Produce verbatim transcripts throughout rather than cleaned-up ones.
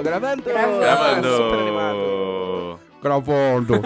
gravando. Gravando. Gravando. Super animado. Gravando.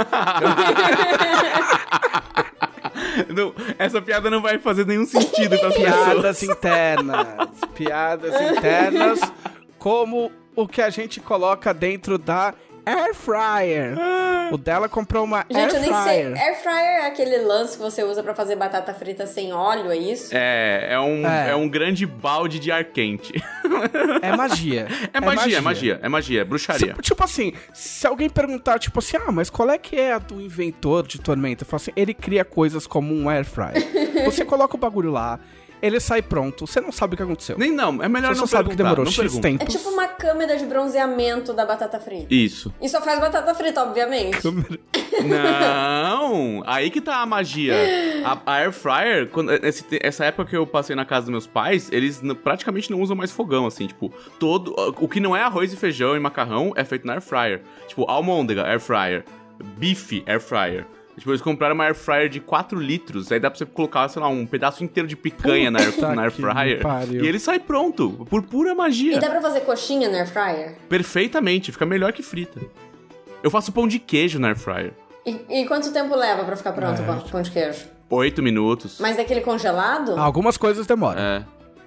Não, essa piada não vai fazer nenhum sentido para as pessoas. Piadas internas. Piadas internas, como o que a gente coloca dentro da Air Fryer. O dela comprou uma Gente, Air eu nem sei. Fryer. Air fryer é aquele lance que você usa pra fazer batata frita sem óleo, é isso? É, é um, É. é um grande balde de ar quente. É magia. É magia, é magia, é magia, é bruxaria. Se- tipo assim, se alguém perguntar, tipo assim, ah, mas qual é que é a do inventor de Tormenta? Eu falo assim, ele cria coisas como um Air Fryer. Você coloca o bagulho lá, ele sai pronto, você não sabe o que aconteceu. Nem não, é melhor Você não só sabe que perguntar, demorou não X pergunta. tempo. É tipo uma câmera de bronzeamento da batata frita. Isso. E só faz batata frita, obviamente. Não, aí que tá a magia. A, a Air Fryer, quando, esse, essa época que eu passei na casa dos meus pais, eles n- praticamente não usam mais fogão, assim, tipo, todo, o que não é arroz e feijão e macarrão é feito na Air Fryer. Tipo, almôndega, Air Fryer, bife, Air Fryer. Tipo, eles compraram uma Air Fryer de quatro litros, aí dá pra você colocar, sei lá, um pedaço inteiro de picanha na Air, Puta na Air que me Fryer, pariu. e ele sai pronto, por pura magia. E dá pra fazer coxinha na air fryer? Perfeitamente, fica melhor que frita. Eu faço pão de queijo na Air Fryer. E, e quanto tempo leva pra ficar pronto o pão- pão de queijo? Oito minutos. Mas daquele congelado? Algumas coisas demoram. É.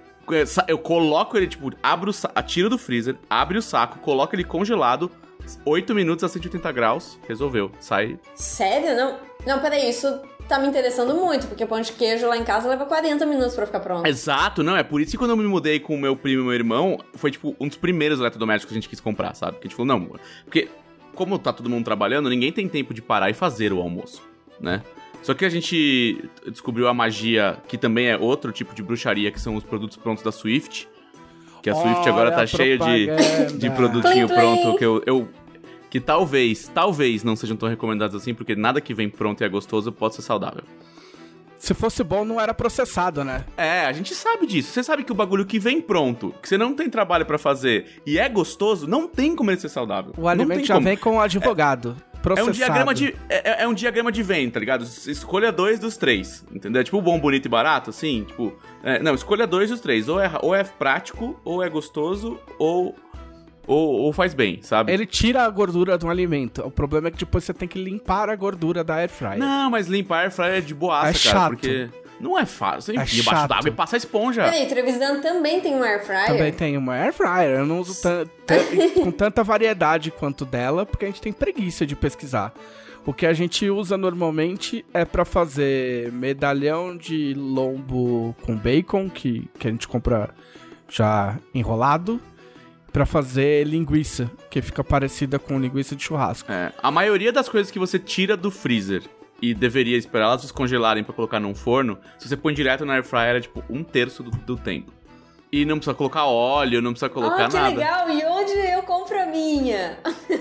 Eu coloco ele, tipo, abro o sa- tiro do freezer, abre o saco, coloco ele congelado, oito minutos a cento e oitenta graus, resolveu. Sai. Sério? Não, não, peraí, isso tá me interessando muito, porque pão de queijo lá em casa leva quarenta minutos pra ficar pronto. Exato, não, é por isso que quando eu me mudei com o meu primo e meu irmão, foi, tipo, um dos primeiros eletrodomésticos que a gente quis comprar, sabe? Que a gente falou, não, porque como tá todo mundo trabalhando, ninguém tem tempo de parar e fazer o almoço, né? Só que a gente descobriu a magia, que também é outro tipo de bruxaria, que são os produtos prontos da Swift. Que a Swift agora Olha tá a cheio de, propaganda. de produtinho Plim, plim. pronto que eu, eu... Que talvez, talvez não sejam tão recomendados assim, porque nada que vem pronto e é gostoso pode ser saudável. Se fosse bom, não era processado, né? É, a gente sabe disso. Você sabe que o bagulho que vem pronto, que você não tem trabalho pra fazer e é gostoso, não tem como ele ser saudável. O Não alimento tem já como. vem com o advogado. É um Processado. diagrama de é, é um diagrama de Venn, tá ligado? Escolha dois dos três, entendeu? É tipo bom, bonito e barato, assim, tipo... é, não, escolha dois dos três. Ou é, ou é prático, ou é gostoso, ou, ou, ou faz bem, sabe? Ele tira a gordura do alimento. O problema é que depois você tem que limpar a gordura da Air Fryer. Não, mas limpar air fryer é de boaça, É cara, chato. porque... Não é fácil. Você É enfia embaixo chato. d'água e passa a esponja. Peraí, Trevisan também tem um air fryer? Também tem uma Air Fryer. Eu não uso tan- tan- com tanta variedade quanto dela, porque a gente tem preguiça de pesquisar. O que a gente usa normalmente é pra fazer medalhão de lombo com bacon, que, que a gente compra já enrolado, pra fazer linguiça, que fica parecida com linguiça de churrasco. É, a maioria das coisas que você tira do freezer e deveria esperar elas descongelarem pra colocar num forno, se você põe direto na air fryer é tipo um terço do, do tempo. E não precisa colocar óleo, não precisa colocar Ah, que nada. legal! E onde eu compro a minha?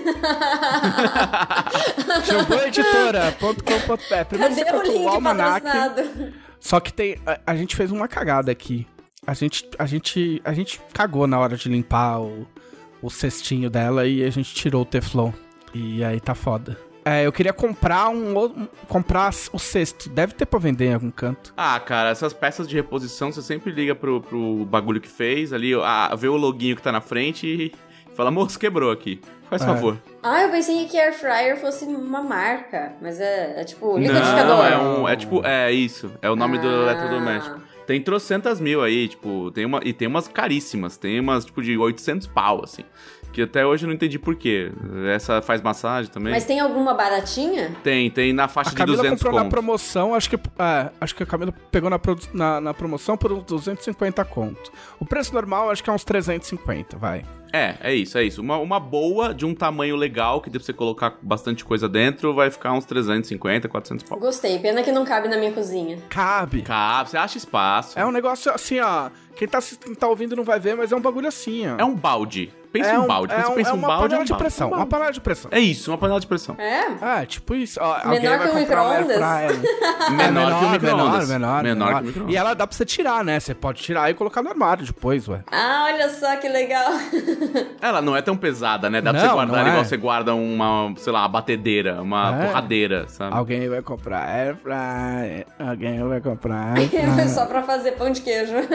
Shampooeditora ponto com ponto b r. Primeiro você Cadê o compra o link almanac. patrocinado? Só que tem. A, a gente fez uma cagada aqui. A gente, a gente, a gente cagou na hora de limpar o, o cestinho dela e a gente tirou o Teflon. E aí tá foda. É, eu queria comprar um, outro- um comprar o cesto. Deve ter pra vender em algum canto. Ah, cara, essas peças de reposição, você sempre liga pro, pro bagulho que fez ali, ah, vê o loginho que tá na frente e fala, moço, quebrou aqui. Faz É. favor. Ah, eu pensei que air fryer fosse uma marca, mas é, é tipo liquidificador. Não, é um. É tipo, é isso. É o nome do Ah. eletrodoméstico. Tem trocentas mil aí, tipo, tem uma, e tem umas caríssimas, tem umas, tipo, de oitocentos pau, assim. Que até hoje eu não entendi por quê. Essa faz massagem também? Mas tem alguma baratinha? Tem, tem na faixa A de Camila duzentos comprou na conto. promoção, acho que, é, acho que a Camila pegou na, produ- na, na promoção por uns duzentos e cinquenta conto. O preço normal acho que é uns trezentos e cinquenta, vai. É, é isso, é isso. Uma, uma boa, de um tamanho legal, que dê pra você colocar bastante coisa dentro, vai ficar uns trezentos e cinquenta, quatrocentos pau. Gostei, pena que não cabe na minha cozinha. Cabe. Cabe, você acha espaço. É um negócio assim, ó. Quem tá, assi- quem tá ouvindo não vai ver, mas é um bagulho assim, ó. É um balde. Pensa É em um um- balde. Quando é você um- pensa é em um uma balde, é panela um de balde. pressão. É um Uma balde. panela de pressão. É isso, uma panela de pressão. É? É, tipo isso. Ó, alguém Menor vai que um comprar uma micro-ondas? air fryer. Menor, É que o micro-ondas. Menor, menor, Menor que o menor. micro-ondas. E ela dá pra você tirar, né? Você pode tirar e colocar no armário depois, ué. Ah, olha só que legal. Ela não é tão pesada, né? Dá pra Não, você guardar não é. igual você guarda uma, sei lá, uma batedeira, uma É. porradeira, sabe? Alguém vai comprar air fryer. Alguém vai comprar air fryer. Só pra fazer pão de queijo.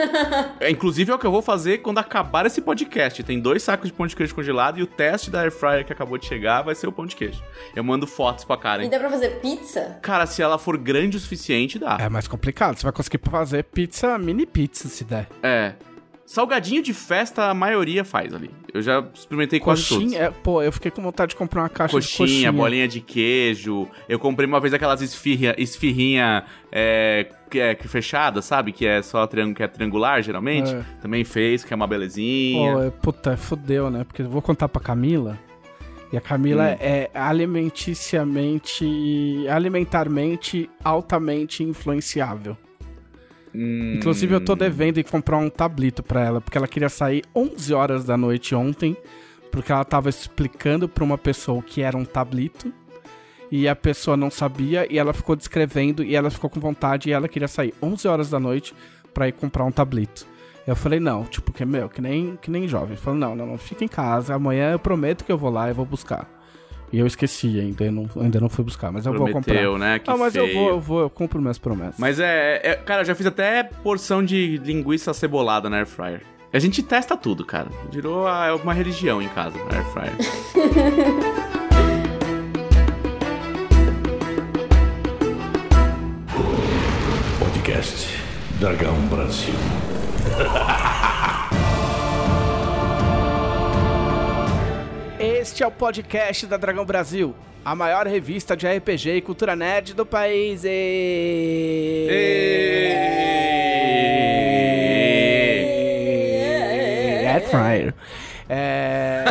É, inclusive é o que eu vou fazer quando acabar esse podcast. Tem dois sacos de pão de queijo congelado e o teste da Air Fryer que acabou de chegar vai ser o pão de queijo. Eu mando fotos pra Karen. E dá pra fazer pizza? Cara, se ela for grande o suficiente, dá. É mais complicado. Você vai conseguir fazer pizza, mini pizza, se der. É. Salgadinho de festa, a maioria faz ali. Eu já experimentei quase todos. É, pô, eu fiquei com vontade de comprar uma caixa coxinha, de coxinha. Bolinha de queijo. Eu comprei uma vez aquelas esfirra, esfirrinha é, que é que fechada, sabe? Que é só triângulo, que é triangular, geralmente. É. Também fez, que é uma belezinha. Pô, puta, fodeu, né? Porque eu vou contar pra Camila. E a Camila hum. é alimenticiamente, alimentarmente, altamente influenciável. Hum. Inclusive eu tô devendo em comprar um tablito pra ela, porque ela queria sair onze horas da noite ontem, porque ela tava explicando pra uma pessoa o que era um tablito, e a pessoa não sabia, e ela ficou descrevendo, e ela ficou com vontade, e ela queria sair onze horas da noite pra ir comprar um tablito. Eu falei, não, tipo, que meu, que nem, que nem jovem. Falei, não, não, não, fica em casa, amanhã eu prometo que eu vou lá e vou buscar. E eu esqueci ainda, eu não, ainda não fui buscar, mas eu Prometeu, vou comprar. Né? Que ah, mas feio. eu vou, eu vou, eu compro minhas promessas. Mas é, é, cara, eu já fiz até porção de linguiça cebolada na Air Fryer. A gente testa tudo, cara. Virou a, uma religião em casa, a Air Fryer. Podcast Dragão Brasil. Este é o podcast da Dragão Brasil, a maior revista de R P G e cultura nerd do país. E... Air Fryer. É...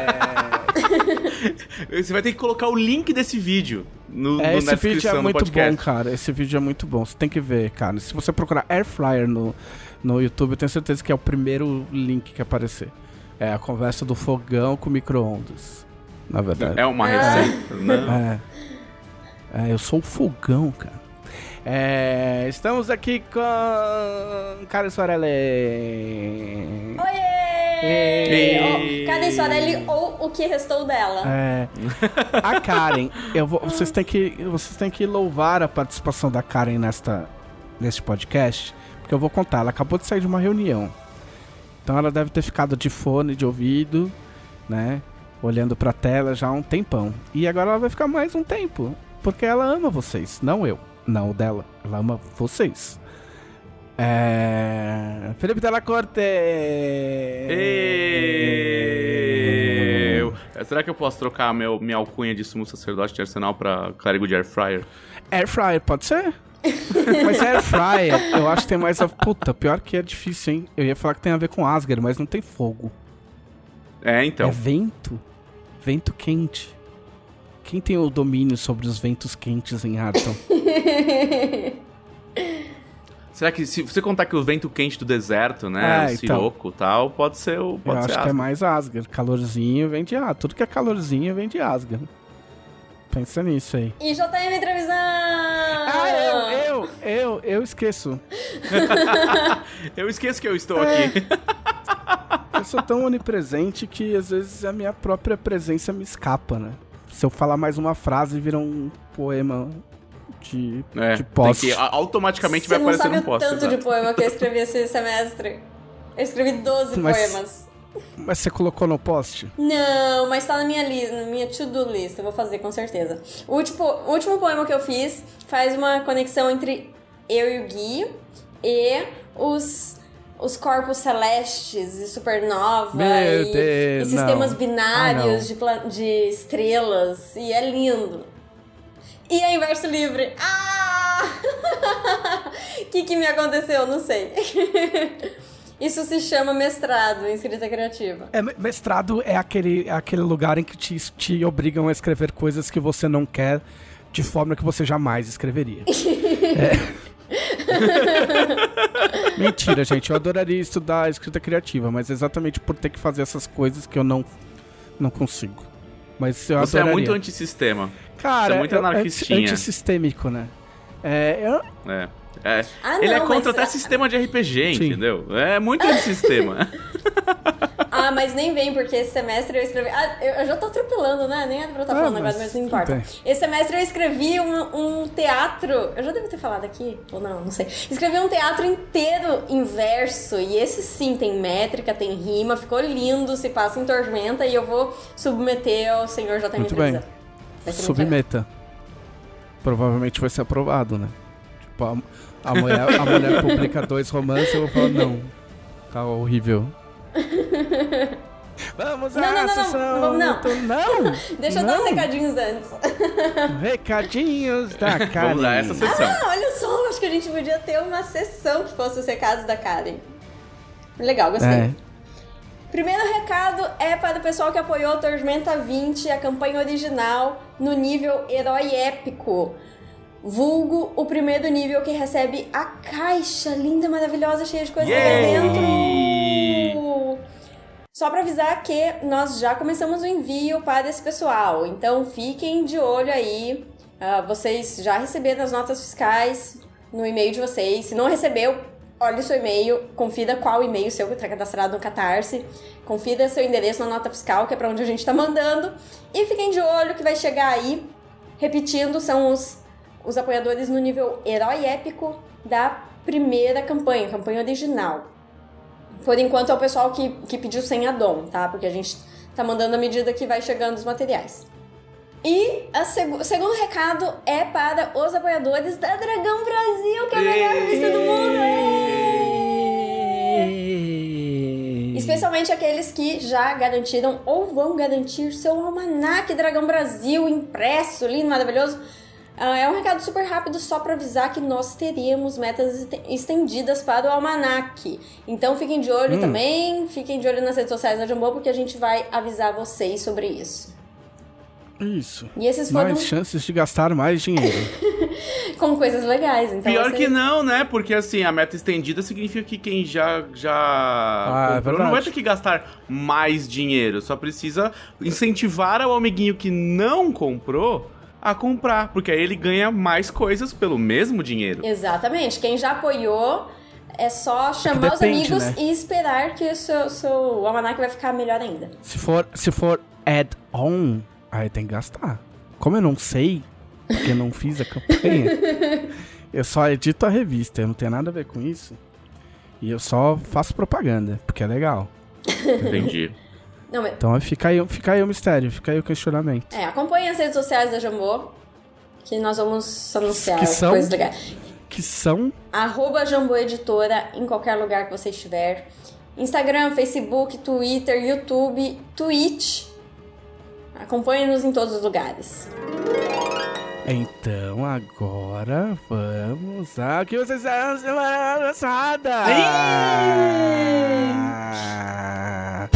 Você vai ter que colocar o link desse vídeo no, é, no, esse na descrição vídeo é muito do podcast. bom, cara. Esse vídeo é muito bom. Você tem que ver, cara. Se você procurar Air Fryer no, no YouTube, eu tenho certeza que é o primeiro link que aparecer. É a conversa do fogão com micro-ondas, na verdade. É uma receita, né? É. é, eu sou o fogão, cara. É, estamos aqui com Karen Soarelli. Oiê! Oh, Karen Soarelli ou o que restou dela. É, a Karen, eu vou, vocês, têm que, vocês têm que louvar a participação da Karen nesta, neste podcast, porque eu vou contar, ela acabou de sair de uma reunião. Então ela deve ter ficado de fone de ouvido, né? Olhando pra tela já há um tempão. E agora ela vai ficar mais um tempo. Porque ela ama vocês, não eu. Não o dela. Ela ama vocês. É... Felipe Della Corte! Eu... Será que eu posso trocar meu, minha alcunha de sumo sacerdote de Arsenal pra clérigo de Air Fryer? Air Fryer, pode ser? Mas Air Fryer, eu acho que tem mais a... Puta, pior que é difícil, hein? Eu ia falar que tem a ver com Asgard, mas não tem fogo. É, então. É vento. Vento quente. Quem tem o domínio sobre os ventos quentes em Hearthstone? Será que, se você contar que o vento quente do deserto, né? É, o siroco e então, tal, pode ser o. Pode eu ser acho Asgard. Que é mais Asgard. Calorzinho vem de Asgard. Tudo que é calorzinho vem de Asgard. Pensa nisso aí. E J M Trevisan! Ah, eu, eu, eu, eu esqueço. Eu esqueço que eu estou é. aqui. Eu sou tão onipresente que às vezes a minha própria presença me escapa, né? Se eu falar mais uma frase, vira um poema de, é, de post. Tem que, automaticamente Você vai aparecer um post. Você não sabe o tanto de poema que eu escrevi esse semestre. Eu escrevi doze mas, poemas. Mas você colocou no post? Não, mas tá na minha lista, na minha to-do list. Eu vou fazer, com certeza. O último, o último poema que eu fiz faz uma conexão entre eu e o Gui e os... os corpos celestes e supernova Meu e, Deus, e sistemas não. binários ah, de, plan- de estrelas. E é lindo. E é inverso livre. Ah! O que, que me aconteceu? Não sei. Isso se chama mestrado em escrita criativa. É, mestrado é aquele, aquele lugar em que te, te obrigam a escrever coisas que você não quer de forma que você jamais escreveria. é... Mentira, gente. Eu adoraria estudar escrita criativa, mas exatamente por ter que fazer essas coisas que eu não, não consigo. Mas eu Você adoraria. é muito antissistema. Cara, Você é muito anarquistinha. É antissistêmico, né? É... Eu... É. É. Ah, ele não, é contra mas... até sistema de R P G, Sim. entendeu? É muito antissistema. Ah, Ah, mas nem vem, porque esse semestre eu escrevi... Ah, eu, eu já tô atropelando, né? Nem era pra eu estar Ah, falando mas agora, mas não importa. bem. Esse semestre eu escrevi um, um teatro... Eu já devo ter falado aqui? Ou não, não sei. Escrevi um teatro inteiro em verso. E esse sim tem métrica, tem rima. Ficou lindo, se passa em Tormenta. E eu vou submeter ao senhor J M Muito bem. Submeta. Provavelmente vai ser aprovado, né? Tipo, a, a, mulher, a mulher publica dois romances e eu vou falar, não. Tá horrível. Vamos Não, à não, não, sessão. não, vamos não. Então, não. Deixa eu não. dar uns recadinhos antes. Recadinhos da Karen. Vamos lá, essa sessão. Ah, olha só, acho que a gente podia ter uma sessão que fosse os recados da Karen. Legal, gostei. É. Primeiro recado é para o pessoal que apoiou Tormenta vinte, a campanha original, no nível Herói Épico. Vulgo o primeiro nível que recebe a caixa linda, maravilhosa, cheia de coisas dentro. Só para avisar que nós já começamos o envio para esse pessoal. Então fiquem de olho aí. Uh, vocês já receberam as notas fiscais no e-mail de vocês. Se não recebeu, olhe o seu e-mail, confira qual e-mail seu que está cadastrado no Catarse, confira seu endereço na nota fiscal, que é para onde a gente está mandando, e fiquem de olho que vai chegar aí, repetindo, são os, os apoiadores no nível Herói Épico da primeira campanha, campanha original. Por enquanto é o pessoal que, que pediu sem addon, tá? Porque a gente tá mandando à medida que vai chegando os materiais. E a seg- o segundo recado é para os apoiadores da Dragão Brasil, que é a melhor revista do mundo! Ei! Especialmente aqueles que já garantiram ou vão garantir seu almanaque Dragão Brasil impresso, lindo, maravilhoso. Uh, é um recado super rápido só para avisar que nós teremos metas estendidas para o almanaque. Então fiquem de olho hum. também, fiquem de olho nas redes sociais da Jambô, porque a gente vai avisar vocês sobre isso. Isso. E esses foram... Mais chances de gastar mais dinheiro. Com coisas legais. Então Pior você... que não, né? Porque assim, a meta estendida significa que quem já, já ah, comprou é não vai ter que gastar mais dinheiro. Só precisa incentivar o amiguinho que não comprou a comprar. Porque aí ele ganha mais coisas pelo mesmo dinheiro. Exatamente. Quem já apoiou... É só chamar é depende, os amigos, né? E esperar que o seu, seu almanaque vai ficar melhor ainda. Se for, se for add-on... Aí tem que gastar. Como eu não sei, porque eu não fiz a campanha, eu só edito a revista, eu não tenho nada a ver com isso. E eu só faço propaganda, porque é legal. Entendi. Não, mas... Então fica aí, fica aí o mistério, fica aí o questionamento. É, acompanhe as redes sociais da Jambô, que nós vamos anunciar que são, coisas legais. Que são... Arroba Jambô Editora, em qualquer lugar que você estiver. Instagram, Facebook, Twitter, YouTube, Twitch... Acompanhe-nos em todos os lugares. Então, agora vamos ao que vocês fizeram semana passada. Ah.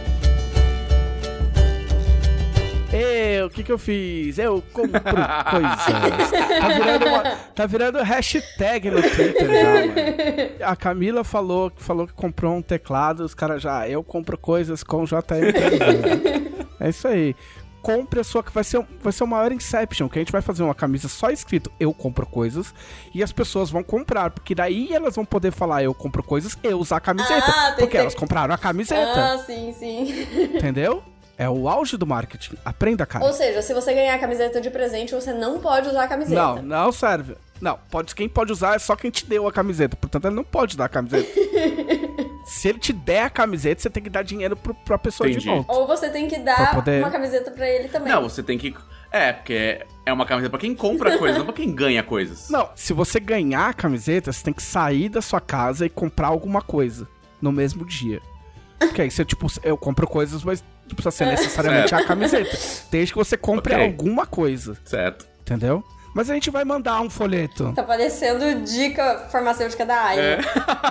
Eu, o que que eu fiz? Eu compro coisas. Tá virando, uma, tá virando hashtag no Twitter já, mano. A Camila falou, falou que comprou um teclado, os caras já, eu compro coisas com J M. É isso aí. Compre a sua, que vai ser, vai ser o maior Inception, que a gente vai fazer uma camisa só escrito eu compro coisas, e as pessoas vão comprar, porque daí elas vão poder falar eu compro coisas e usar a camiseta, ah, tem, porque tem. elas compraram a camiseta. Ah, sim, sim. Entendeu? É o auge do marketing. Aprenda, cara. Ou seja, se você ganhar a camiseta de presente, você não pode usar a camiseta. Não, não serve. Não, pode, quem pode usar é só quem te deu a camiseta. Portanto, ele não pode dar a camiseta. Se ele te der a camiseta, você tem que dar dinheiro pro, pra pessoa Entendi. de volta. Ou você tem que dar poder... uma camiseta pra ele também. Não, você tem que... É, porque é uma camiseta pra quem compra coisas, não pra quem ganha coisas. Não, se você ganhar a camiseta, você tem que sair da sua casa e comprar alguma coisa no mesmo dia. Porque aí você, tipo, eu compro coisas, mas não precisa ser necessariamente certo. a camiseta. Desde que você compre Okay. alguma coisa. Certo. Entendeu? Mas a gente vai mandar um folheto. Tá parecendo dica farmacêutica da Aia. É.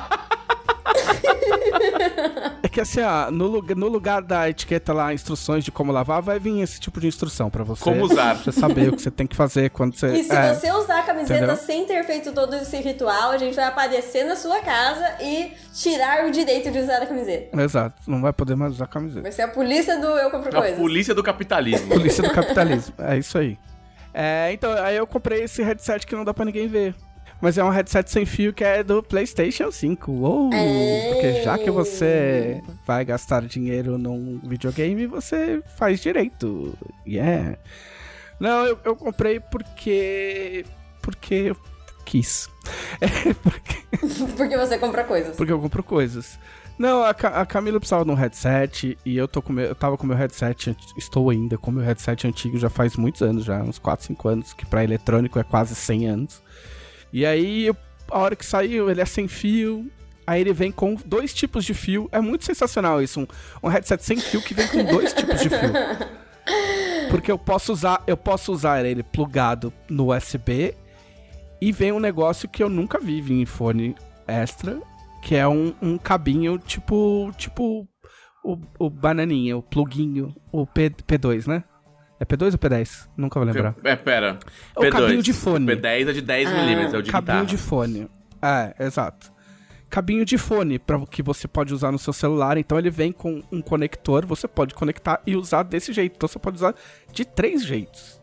É que assim, ó, no, lugar, no lugar da etiqueta lá, instruções de como lavar, vai vir esse tipo de instrução pra você. Como usar. Pra você saber o que você tem que fazer quando você... E se é, você usar a camiseta entendeu? sem ter feito todo esse ritual, a gente vai aparecer na sua casa e tirar o direito de usar a camiseta. Exato, não vai poder mais usar a camiseta. Vai ser a polícia do Eu Compro A Coisas. polícia do capitalismo. Polícia do capitalismo, é isso aí. É, então, aí eu comprei esse headset que não dá pra ninguém ver. Mas é um headset sem fio que é do PlayStation cinco. Uou! Ei. Porque já que você vai gastar dinheiro num videogame, você faz direito. Yeah! Não, eu, eu comprei porque... Porque eu quis. É porque... Porque você compra coisas. Porque eu compro coisas. Não, a, Ca- a Camila precisava de um headset e eu, tô com meu, eu tava com meu headset, estou ainda com meu headset antigo já faz muitos anos já, uns quatro, cinco anos, que pra eletrônico é quase cem anos. E aí, eu, a hora que saiu, ele é sem fio, aí ele vem com dois tipos de fio, é muito sensacional isso, um, um headset sem fio que vem com dois tipos de fio. Porque eu posso usar, eu posso usar ele plugado no U S B e vem um negócio que eu nunca vi em fone extra, que é um, um cabinho tipo, tipo o, o bananinha, o pluguinho, o P, P2, né? É P dois ou P dez? Nunca vou lembrar. É, pera. É o cabinho de fone. P dez é de dez milímetros, é o de Cabinho guitarra. de fone. É, exato. Cabinho de fone, pra, que você pode usar no seu celular. Então ele vem com um conector, você pode conectar e usar desse jeito. Então você pode usar de três jeitos.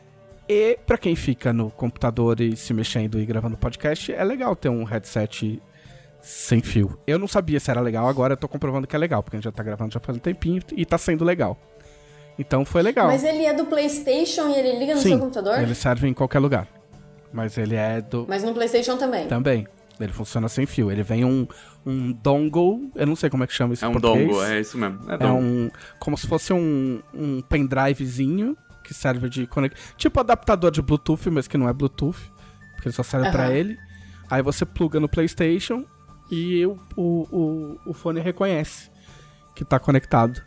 E pra quem fica no computador e se mexendo e gravando podcast, é legal ter um headset sem fio. Eu não sabia se era legal, agora eu tô comprovando que é legal, porque a gente já tá gravando já faz um tempinho e tá sendo legal. Então foi legal. Mas ele é do PlayStation e ele liga no Sim, seu computador? ele serve em qualquer lugar. Mas ele é do... Mas no PlayStation também? Também. Ele funciona sem fio. Ele vem um, um dongle, eu não sei como é que chama isso É em um português. dongle, é isso mesmo. É, É dongle. um... Como se fosse um, um pendrivezinho que serve de conexão. Tipo adaptador de Bluetooth, mas que não é Bluetooth. Porque ele só serve Aham. pra ele. Aí você pluga no PlayStation e o, o, o, o fone reconhece que tá conectado.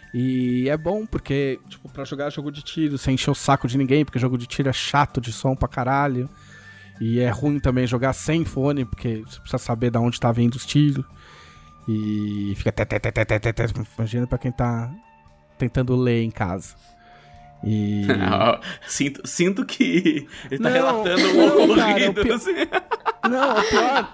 E é bom porque, tipo, pra jogar jogo de tiro sem encher o saco de ninguém, porque jogo de tiro é chato de som pra caralho. E é ruim também jogar sem fone, porque você precisa saber de onde tá vindo os tiros. E fica té, té, té, té, té, té, té, imagina pra quem tá tentando ler em casa. E... sinto, sinto que ele tá Não, relatando um não, ocorrido, cara, o pi- assim. Não, o pior...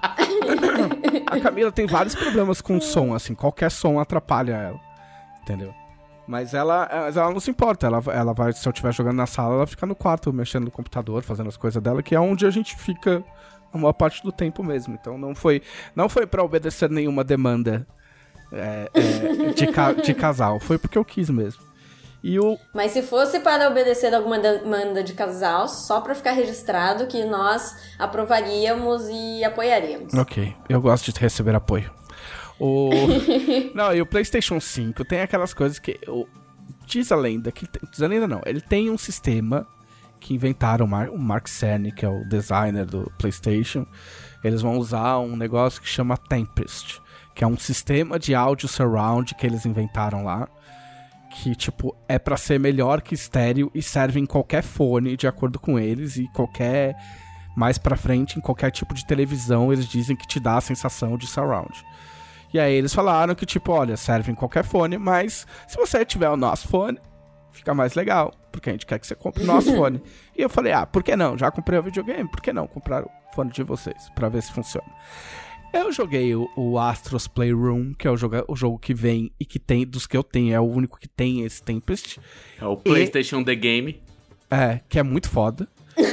A Camila tem vários problemas com som, assim. Qualquer som atrapalha ela. Entendeu? Mas ela, mas ela não se importa. Ela, ela vai, se eu estiver jogando na sala, ela fica no quarto, mexendo no computador, fazendo as coisas dela, que é onde a gente fica a maior parte do tempo mesmo. Então não foi, não foi pra obedecer nenhuma demanda é, é, de, ca, de casal. Foi porque eu quis mesmo. E o... Mas se fosse para obedecer alguma demanda de casal, só pra ficar registrado que nós aprovaríamos e apoiaríamos. Ok, eu gosto de receber apoio. O... Não, e o PlayStation cinco tem aquelas coisas que... O... Diz a lenda que... Diz a lenda não, ele tem um sistema que inventaram, o Mark, o Mark Cerny, que é o designer do PlayStation. Eles vão usar um negócio que chama Tempest, que é um sistema de áudio surround que eles inventaram lá. Que, tipo, é pra ser melhor que estéreo e serve em qualquer fone, de acordo com eles, e qualquer... Mais pra frente, em qualquer tipo de televisão, eles dizem que te dá a sensação de surround. E aí eles falaram que, tipo, olha, serve em qualquer fone, mas se você tiver o nosso fone, fica mais legal, porque a gente quer que você compre o nosso fone. E eu falei, ah, por que não? Já comprei o videogame, por que não comprar o fone de vocês, pra ver se funciona. Eu joguei o, o Astros Playroom, que é o jogo, o jogo que vem e que tem, dos que eu tenho, é o único que tem esse Tempest. É o PlayStation The Game. É, que é muito foda.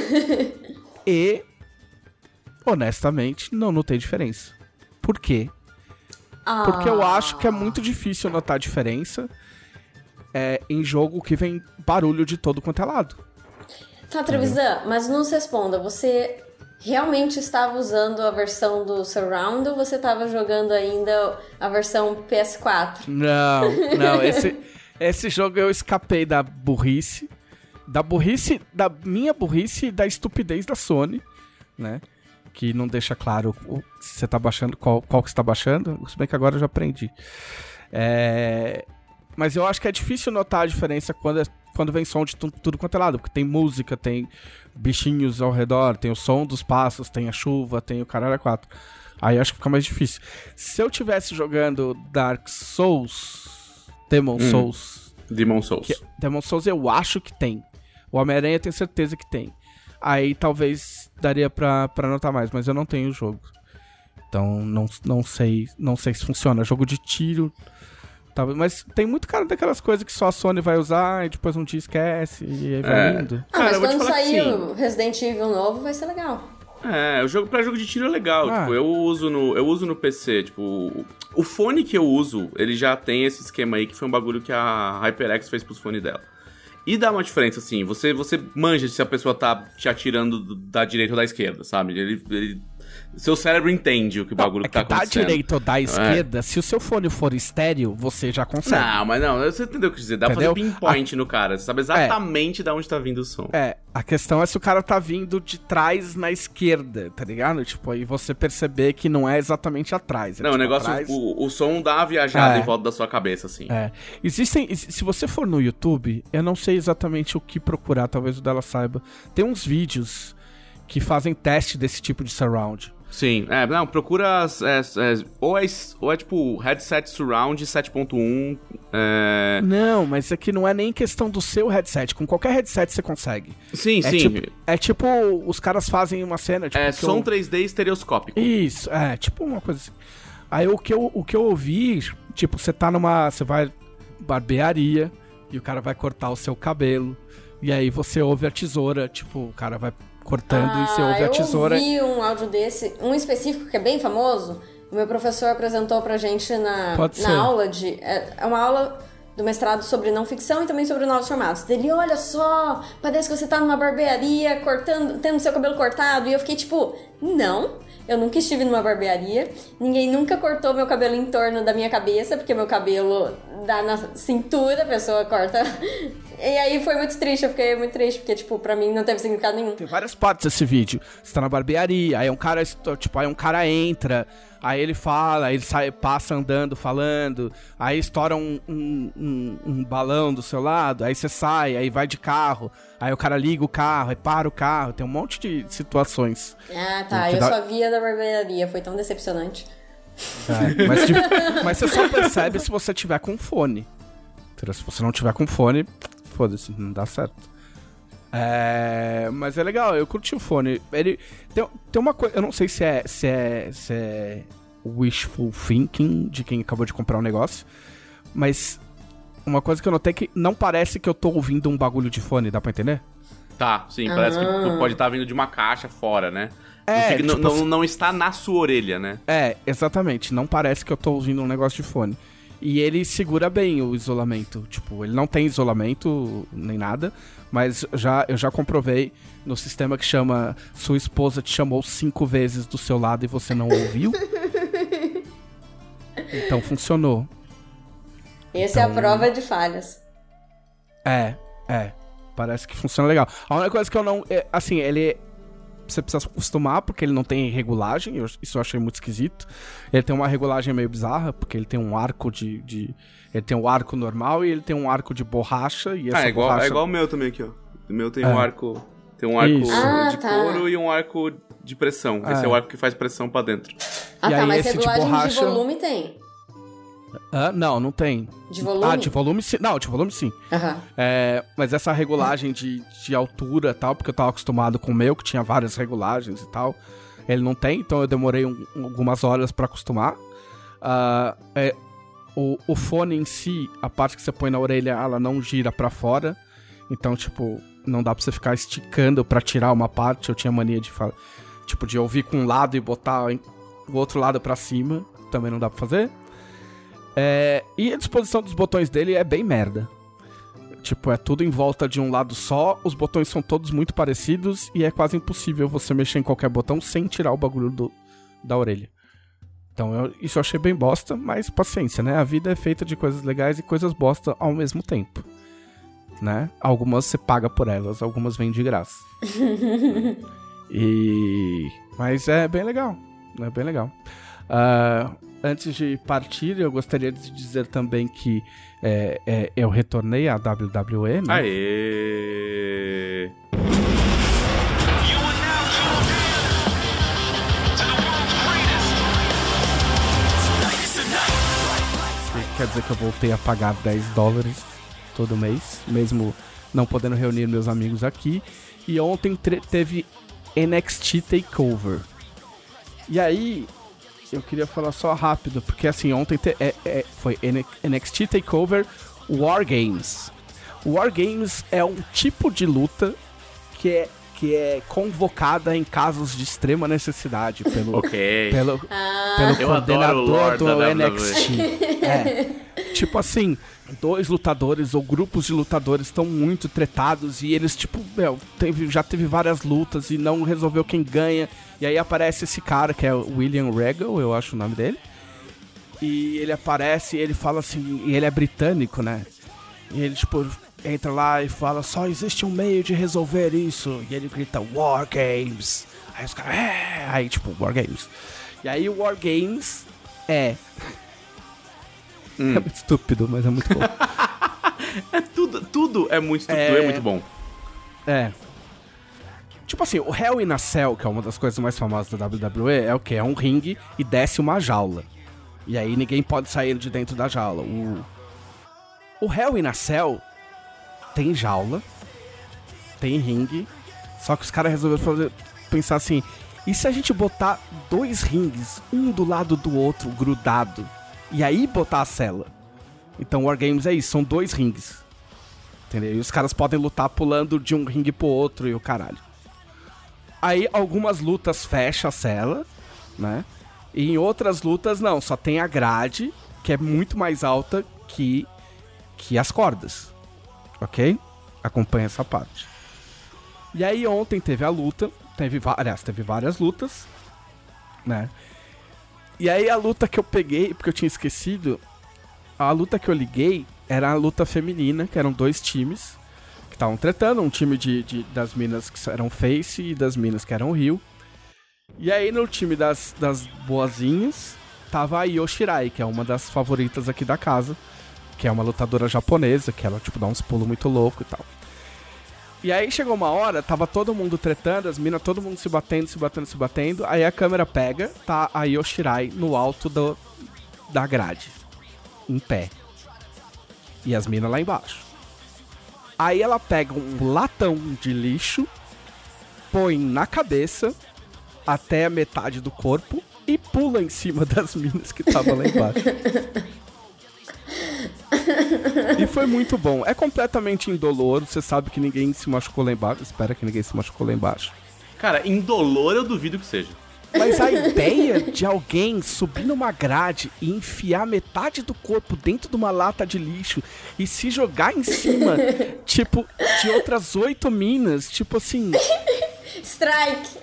E, honestamente, não notei diferença. Por quê? Ah. Porque eu acho que é muito difícil notar diferença é, em jogo que vem barulho de todo quanto é lado. Tá, Trevisan, mas nos responda, você realmente estava usando a versão do Surround ou você estava jogando ainda a versão P S quatro? Não, não, esse, esse jogo eu escapei da burrice, da burrice, da minha burrice e da estupidez da Sony, né? Que não deixa claro o, se você tá baixando, qual, qual que você tá baixando, se bem que agora eu já aprendi. É... Mas eu acho que é difícil notar a diferença quando, é, quando vem som de tudo, tudo quanto é lado, porque tem música, tem bichinhos ao redor, tem o som dos passos, tem a chuva, tem o caralho a quatro. Aí eu acho que fica mais difícil. Se eu tivesse jogando Dark Souls, Demon Hum. Souls... Demon Souls. Que, Demon Souls eu acho que tem. O Homem-Aranha eu tenho certeza que tem. Aí talvez daria pra, pra notar mais, mas eu não tenho o jogo. Então não, não, sei, não sei se funciona. Jogo de tiro... Talvez, mas tem muito cara daquelas coisas que só a Sony vai usar e depois um dia esquece e aí vai É. indo. Ah, Cara, mas eu vou te quando falar que sair o Resident Evil novo vai ser legal. É, o jogo, pra jogo de tiro é legal. Ah. Tipo, eu uso, no, eu uso no P C. Tipo, o fone que eu uso, ele já tem esse esquema aí, que foi um bagulho que a HyperX fez pros fones dela. E dá uma diferença, assim. Você, você manja se a pessoa tá te atirando da direita ou da esquerda, sabe? Ele... ele seu cérebro entende o que o bagulho não, é que tá que da acontecendo. direita ou da esquerda, é. se o seu fone for estéreo, você já consegue. Não, mas não, você entendeu o que dizer. Dá Entendeu? pra fazer pinpoint a... no cara. Você sabe exatamente é. de onde tá vindo o som. É, a questão é se o cara tá vindo de trás na esquerda, tá ligado? Tipo, aí você perceber que não é exatamente atrás. É não, tipo, o negócio, atrás... o, o som dá uma viajada é. em volta da sua cabeça, assim. É. Existem, se você for no YouTube, eu não sei exatamente o que procurar, talvez o dela saiba. Tem uns vídeos que fazem teste desse tipo de surround. Sim, é, não, procura é, é, ou, é, ou é tipo headset surround sete ponto um. É... Não, mas aqui não é nem questão do seu headset. Com qualquer headset você consegue. Sim, é sim. Tipo, é tipo, os caras fazem uma cena. Tipo, é som eu... três D estereoscópico. Isso, é, tipo uma coisa assim. Aí o que eu, o que eu ouvi, tipo, você tá numa. Você vai barbearia e o cara vai cortar o seu cabelo. E aí você ouve a tesoura, tipo, o cara vai cortando ah, e você ouve a tesoura. Eu vi um áudio desse, um específico que é bem famoso. O meu professor apresentou pra gente na, na aula de... É, é uma aula do mestrado sobre não ficção e também sobre novos formatos. Ele, olha só, parece que você tá numa barbearia cortando, tendo seu cabelo cortado. E eu fiquei tipo, não, eu nunca estive numa barbearia. Ninguém nunca cortou meu cabelo em torno da minha cabeça, porque meu cabelo dá na cintura, a pessoa corta... E aí foi muito triste, eu fiquei muito triste, porque, tipo, pra mim não teve significado nenhum. Tem várias partes desse vídeo. Você tá na barbearia, aí um cara, tipo, aí um cara entra, aí ele fala, aí ele sai, passa andando, falando, aí estoura um, um, um, um balão do seu lado, aí você sai, aí vai de carro, aí o cara liga o carro, aí para o carro, tem um monte de situações. Ah, tá, eu dá... só via da barbearia, foi tão decepcionante. É, mas, tipo, mas você só percebe se você tiver com fone. Se você não tiver com fone... Foda-se, não dá certo. É, mas é legal, eu curti o fone. Ele tem, tem uma coisa, eu não sei se é, se é se é wishful thinking de quem acabou de comprar um negócio, mas uma coisa que eu notei é que não parece que eu tô ouvindo um bagulho de fone, dá pra entender? Tá, sim, ah. parece que pode estar vindo de uma caixa fora, né? É, não, fica, tipo, não, não, não está na sua orelha, né? É, exatamente, não parece que eu tô ouvindo um negócio de fone. E ele segura bem o isolamento. Tipo, ele não tem isolamento nem nada, mas já, eu já comprovei no sistema que chama sua esposa te chamou cinco vezes do seu lado e você não ouviu. Então funcionou. Essa então, é a prova de falhas. É, é. Parece que funciona legal. A única coisa que eu não... É, assim, ele... Você precisa acostumar, porque ele não tem regulagem. Eu, isso eu achei muito esquisito. Ele tem uma regulagem meio bizarra, porque ele tem um arco de... de ele tem um arco normal e ele tem um arco de borracha. E essa ah, é igual, borracha... é igual o meu também aqui, ó. O meu tem é. um arco... Tem um arco ah, de tá. couro e um arco de pressão. É. Esse é o arco que faz pressão pra dentro. Ah, e tá, aí, mas esse regulagem de, borracha... de volume tem. Ah, não, não tem. De volume? Ah, de volume sim. Não, de volume sim. Uhum. É, mas essa regulagem de, de altura e tal, porque eu tava acostumado com o meu, que tinha várias regulagens e tal, ele não tem, então eu demorei um, algumas horas pra acostumar. Uh, é, o, o fone em si, a parte que você põe na orelha, ela não gira pra fora, então, tipo, não dá pra você ficar esticando pra tirar uma parte. Eu tinha mania de, tipo, de ouvir com um lado e botar o outro lado pra cima, também não dá pra fazer. É, e a disposição dos botões dele é bem merda. Tipo, é tudo em volta de um lado só, os botões são todos muito parecidos e é quase impossível você mexer em qualquer botão sem tirar o bagulho do, da orelha. Então, eu, isso eu achei bem bosta, mas paciência, né? A vida é feita de coisas legais e coisas bosta ao mesmo tempo, né? Algumas você paga por elas, algumas vêm de graça. E... Mas é bem legal, é bem legal. Uh, antes de partir, eu gostaria de dizer também que é, é, eu retornei à W W E, né? Aê! Quer dizer que eu voltei a pagar dez dólares todo mês, mesmo não podendo reunir meus amigos aqui. E ontem teve N X T TakeOver. E aí, eu queria falar só rápido, porque assim, ontem te, é, é, foi N X T TakeOver War Games. War Games é um tipo de luta que, é, que que é convocada em casos de extrema necessidade pelo, Ok. pelo, Ah. pelo Eu adoro o lore coordenador do da N W W X T. É. Tipo assim, dois lutadores ou grupos de lutadores estão muito tretados e eles, tipo, meu, teve, já teve várias lutas e não resolveu quem ganha. E aí aparece esse cara que é o William Regal, eu acho o nome dele. E ele aparece e ele fala assim, e ele é britânico, né? E ele, tipo, entra lá e fala, só existe um meio de resolver isso. E ele grita, War Games. Aí os caras, é. Aí, tipo, War Games. E aí o War Games é... Hum. É muito estúpido, mas é muito bom. É tudo, tudo é muito estúpido, é... é muito bom. É. Tipo assim, o Hell in a Cell, que é uma das coisas mais famosas da W W E, é o quê? É um ringue e desce uma jaula. E aí ninguém pode sair de dentro da jaula. O, o Hell in a Cell tem jaula, tem ringue, só que os caras resolveram fazer, pensar assim, e se a gente botar dois rings, um do lado do outro, grudado, e aí botar a cela? Então War Games é isso, são dois rings. Entendeu? E os caras podem lutar pulando de um ringue pro outro e o caralho. Aí algumas lutas fecham a cela, né? E em outras lutas não, só tem a grade, que é muito mais alta que, que as cordas. Ok? Acompanha essa parte. E aí ontem teve a luta, teve, aliás, teve várias lutas, né? E aí a luta que eu peguei, porque eu tinha esquecido, a luta que eu liguei era a luta feminina, que eram dois times que estavam tretando, um time de, de, das minas que eram face e das minas que eram heel. E aí no time das, das boazinhas tava a Io Shirai, que é uma das favoritas aqui da casa, que é uma lutadora japonesa, que ela tipo dá uns pulos muito louco e tal. E aí chegou uma hora, tava todo mundo tretando, as minas, todo mundo se batendo, se batendo, se batendo. Aí a câmera pega, tá a Io Shirai no alto do, da grade, em pé. E as minas lá embaixo. Aí ela pega um latão de lixo, põe na cabeça, até a metade do corpo, e pula em cima das minas que estavam lá embaixo. E foi muito bom. É completamente indolor, você sabe que ninguém se machucou lá embaixo. Espera que ninguém se machucou lá embaixo. Cara, indolor eu duvido que seja. Mas a ideia de alguém subir numa grade e enfiar metade do corpo dentro de uma lata de lixo e se jogar em cima, tipo, de outras oito minas, tipo assim... Strike!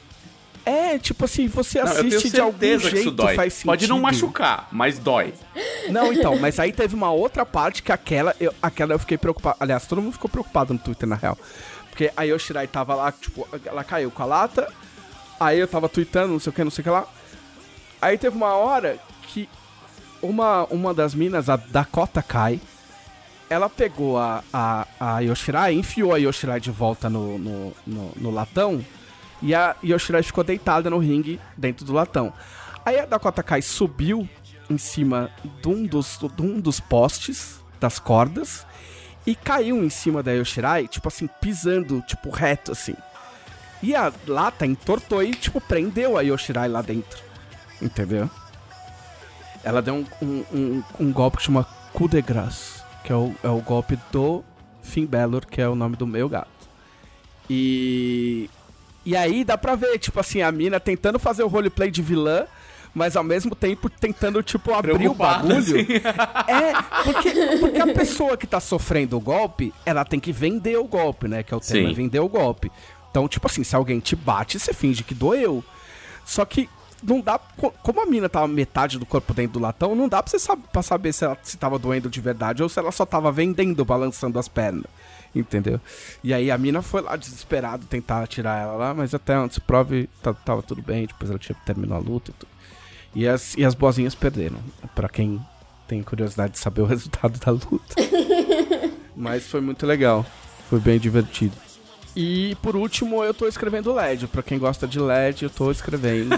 É, tipo assim, você não, assiste de algum jeito, que isso dói. Faz sentido. Pode não machucar, mas dói. Não, então, mas aí teve uma outra parte que aquela eu, aquela eu fiquei preocupado. Aliás, todo mundo ficou preocupado no Twitter, na real. Porque a Io Shirai tava lá, tipo, ela caiu com a lata, aí eu tava tweetando, não sei o que, não sei o que lá. Aí teve uma hora que uma, uma das minas, a Dakota Kai, ela pegou a, a, a Io Shirai, enfiou a Io Shirai de volta no, no, no, no latão, e a Io Shirai ficou deitada no ringue dentro do latão. Aí a Dakota Kai subiu em cima de um dos, de um dos postes das cordas e caiu em cima da Io Shirai, tipo assim, pisando, tipo, reto, assim. E a lata entortou e, tipo, prendeu a Io Shirai lá dentro. Entendeu? Ela deu um, um, um, um golpe que chama Coup de Grace, que é o, é o golpe do Finn Balor, que é o nome do meu gato. E... E aí dá pra ver, tipo assim, a mina tentando fazer o roleplay de vilã, mas ao mesmo tempo tentando, tipo, abrir o bagulho. Assim. É, porque, porque a pessoa que tá sofrendo o golpe, ela tem que vender o golpe, né? Que é o tema, é vender o golpe. Então, tipo assim, se alguém te bate, você finge que doeu. Só que não dá... Como a mina tava metade do corpo dentro do latão, não dá pra você saber, pra saber se ela se tava doendo de verdade ou se ela só tava vendendo, balançando as pernas. Entendeu? E aí a mina foi lá desesperada tentar tirar ela lá, mas até antes prove tava tudo bem, depois ela tinha terminou a luta e tudo. E as, e as boazinhas perderam, pra quem tem curiosidade de saber o resultado da luta. Mas foi muito legal, foi bem divertido. E por último eu tô escrevendo L E D, pra quem gosta de L E D eu tô escrevendo,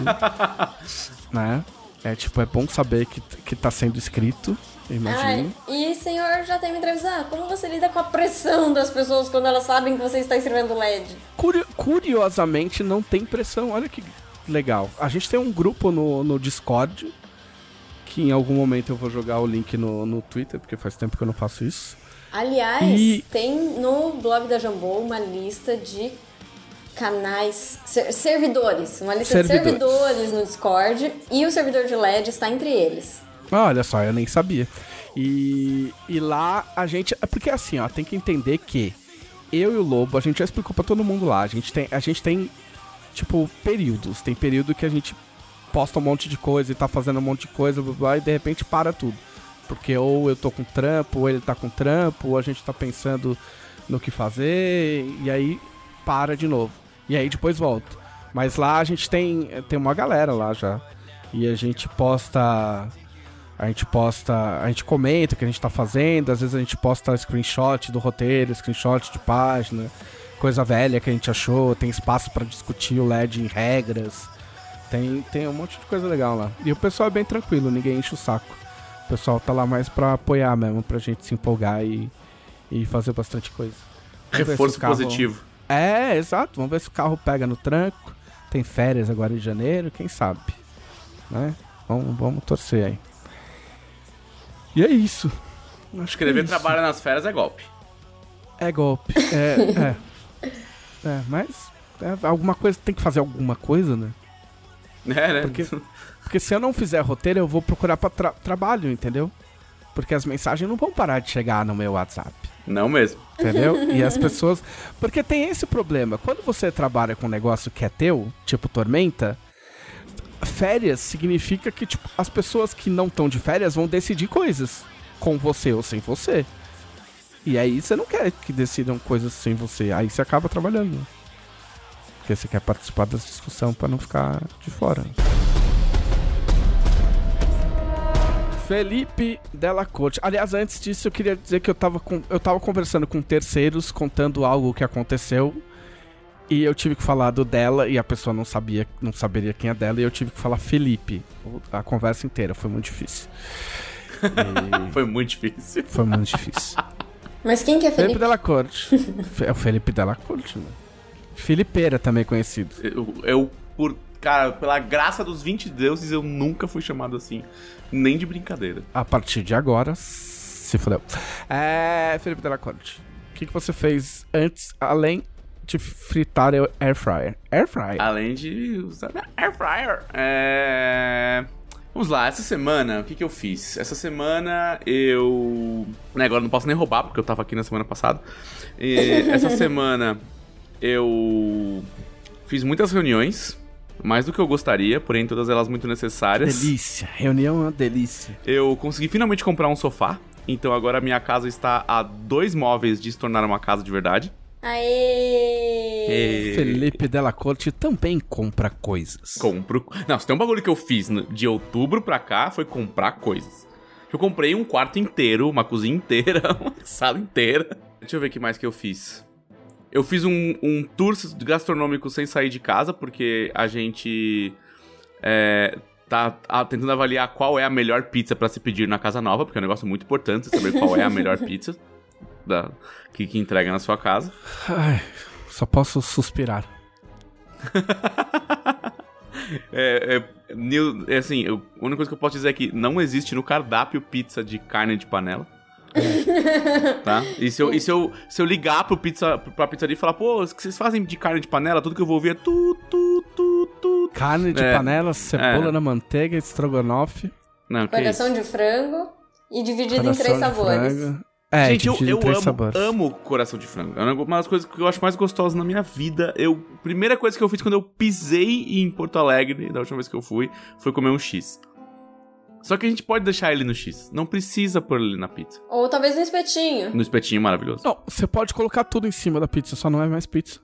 né? É tipo, é bom saber que, que tá sendo escrito. Imagino. Ah, e senhor já tem me entrevistado, como você lida com a pressão das pessoas quando elas sabem que você está escrevendo L E D? Curio- curiosamente não tem pressão, olha que legal. A gente tem um grupo no, no Discord, que em algum momento eu vou jogar o link no, no Twitter, porque faz tempo que eu não faço isso. Aliás, e... tem no blog da Jambô uma lista de canais, ser, servidores, uma lista Servidores. de servidores no Discord e o servidor de L E D está entre eles. Olha só, eu nem sabia. E, e lá a gente... É porque assim, ó, tem que entender que eu e o Lobo, a gente já explicou pra todo mundo lá, a gente tem, a gente tem tipo, períodos. Tem período que a gente posta um monte de coisa e tá fazendo um monte de coisa, blá, blá, e de repente para tudo. Porque ou eu tô com trampo, ou ele tá com trampo, ou a gente tá pensando no que fazer, e aí para de novo. E aí depois volta. Mas lá a gente tem, tem uma galera lá já. E a gente posta... A gente posta... A gente comenta o que a gente tá fazendo. Às vezes a gente posta screenshot do roteiro, screenshot de página. Coisa velha que a gente achou. Tem espaço pra discutir o L E D em regras. Tem, tem um monte de coisa legal lá. E o pessoal é bem tranquilo, ninguém enche o saco. O pessoal tá lá mais pra apoiar mesmo, pra gente se empolgar e, e fazer bastante coisa. Vamos ver se Reforço o carro- positivo. É, exato. Vamos ver se o carro pega no tranco. Tem férias agora em janeiro, quem sabe, né? Vamos, vamos torcer aí. E é isso. Acho Escrever que é isso. trabalho nas férias é golpe. É golpe. É, é. É, mas é, alguma coisa, tem que fazer alguma coisa, né? É, né? Porque, porque se eu não fizer roteiro, eu vou procurar pra tra- trabalho, entendeu? Porque as mensagens não vão parar de chegar no meu WhatsApp. Não mesmo. Entendeu? E as pessoas... Porque tem esse problema. Quando você trabalha com um negócio que é teu, tipo Tormenta, férias significa que tipo, as pessoas que não estão de férias vão decidir coisas com você ou sem você. E aí você não quer que decidam coisas sem você. Aí você acaba trabalhando. Porque você quer participar das discussões pra não ficar de fora. Felipe Della Corte. Aliás, antes disso, eu queria dizer que eu tava, com, eu tava conversando com terceiros, contando algo que aconteceu. E eu tive que falar do dela, e a pessoa não sabia, não saberia quem é dela, e eu tive que falar Felipe. A conversa inteira, foi muito difícil. E Foi muito difícil. foi muito difícil. Mas quem que é Felipe Felipe? Della Corte. É o Felipe Della Corte, né? Felipeira também conhecido. Eu, eu, por, cara, pela graça dos vinte deuses, eu nunca fui chamado assim. Nem de brincadeira. A partir de agora, se fudeu. É, Felipe Della Corte. O que, que você fez antes, além de fritar o air fryer? Air fryer. Além de usar minha air fryer. É... Vamos lá, essa semana, o que que eu fiz? Essa semana eu... Né, agora não posso nem roubar, porque eu tava aqui na semana passada. E essa semana eu fiz muitas reuniões, mais do que eu gostaria, porém todas elas muito necessárias. Delícia. Reunião é uma delícia. Eu consegui finalmente comprar um sofá, então agora a minha casa está a dois móveis de se tornar uma casa de verdade. Aê! E... Felipe Della Corte também compra coisas. Compro... Não, se tem um bagulho que eu fiz no- de outubro pra cá, foi comprar coisas. Eu comprei um quarto inteiro, uma cozinha inteira, uma sala inteira. Deixa eu ver o que mais que eu fiz. Eu fiz um, um tour gastronômico sem sair de casa, porque a gente é, tá a- tentando avaliar qual é a melhor pizza pra se pedir na casa nova, porque é um negócio muito importante você saber qual é a melhor pizza da, que, que entrega na sua casa. Ai, só posso suspirar. É, é, new- é assim, eu- a única coisa que eu posso dizer é que não existe no cardápio pizza de carne de panela. Tá? E, se eu, e se, eu, se eu ligar pro pizza, pra pizzaria e falar, pô, o que vocês fazem de carne de panela? Tudo que eu vou ouvir é tu, tu, tu, tu. Carne de É, panela, cebola é. na manteiga, estrogonofe, Não, que é Coração isso? de frango e dividido em coração três de sabores. frango. É, Gente, eu, dividido em eu três amo, sabores. amo coração de frango. É uma das coisas que eu acho mais gostosas na minha vida. Eu, primeira coisa que eu fiz quando eu pisei em Porto Alegre, da última vez que eu fui, foi comer um X. Só que a gente pode deixar ele no X. Não precisa pôr ele na pizza. Ou talvez no espetinho. No espetinho maravilhoso. Não, você pode colocar tudo em cima da pizza, só não é mais pizza.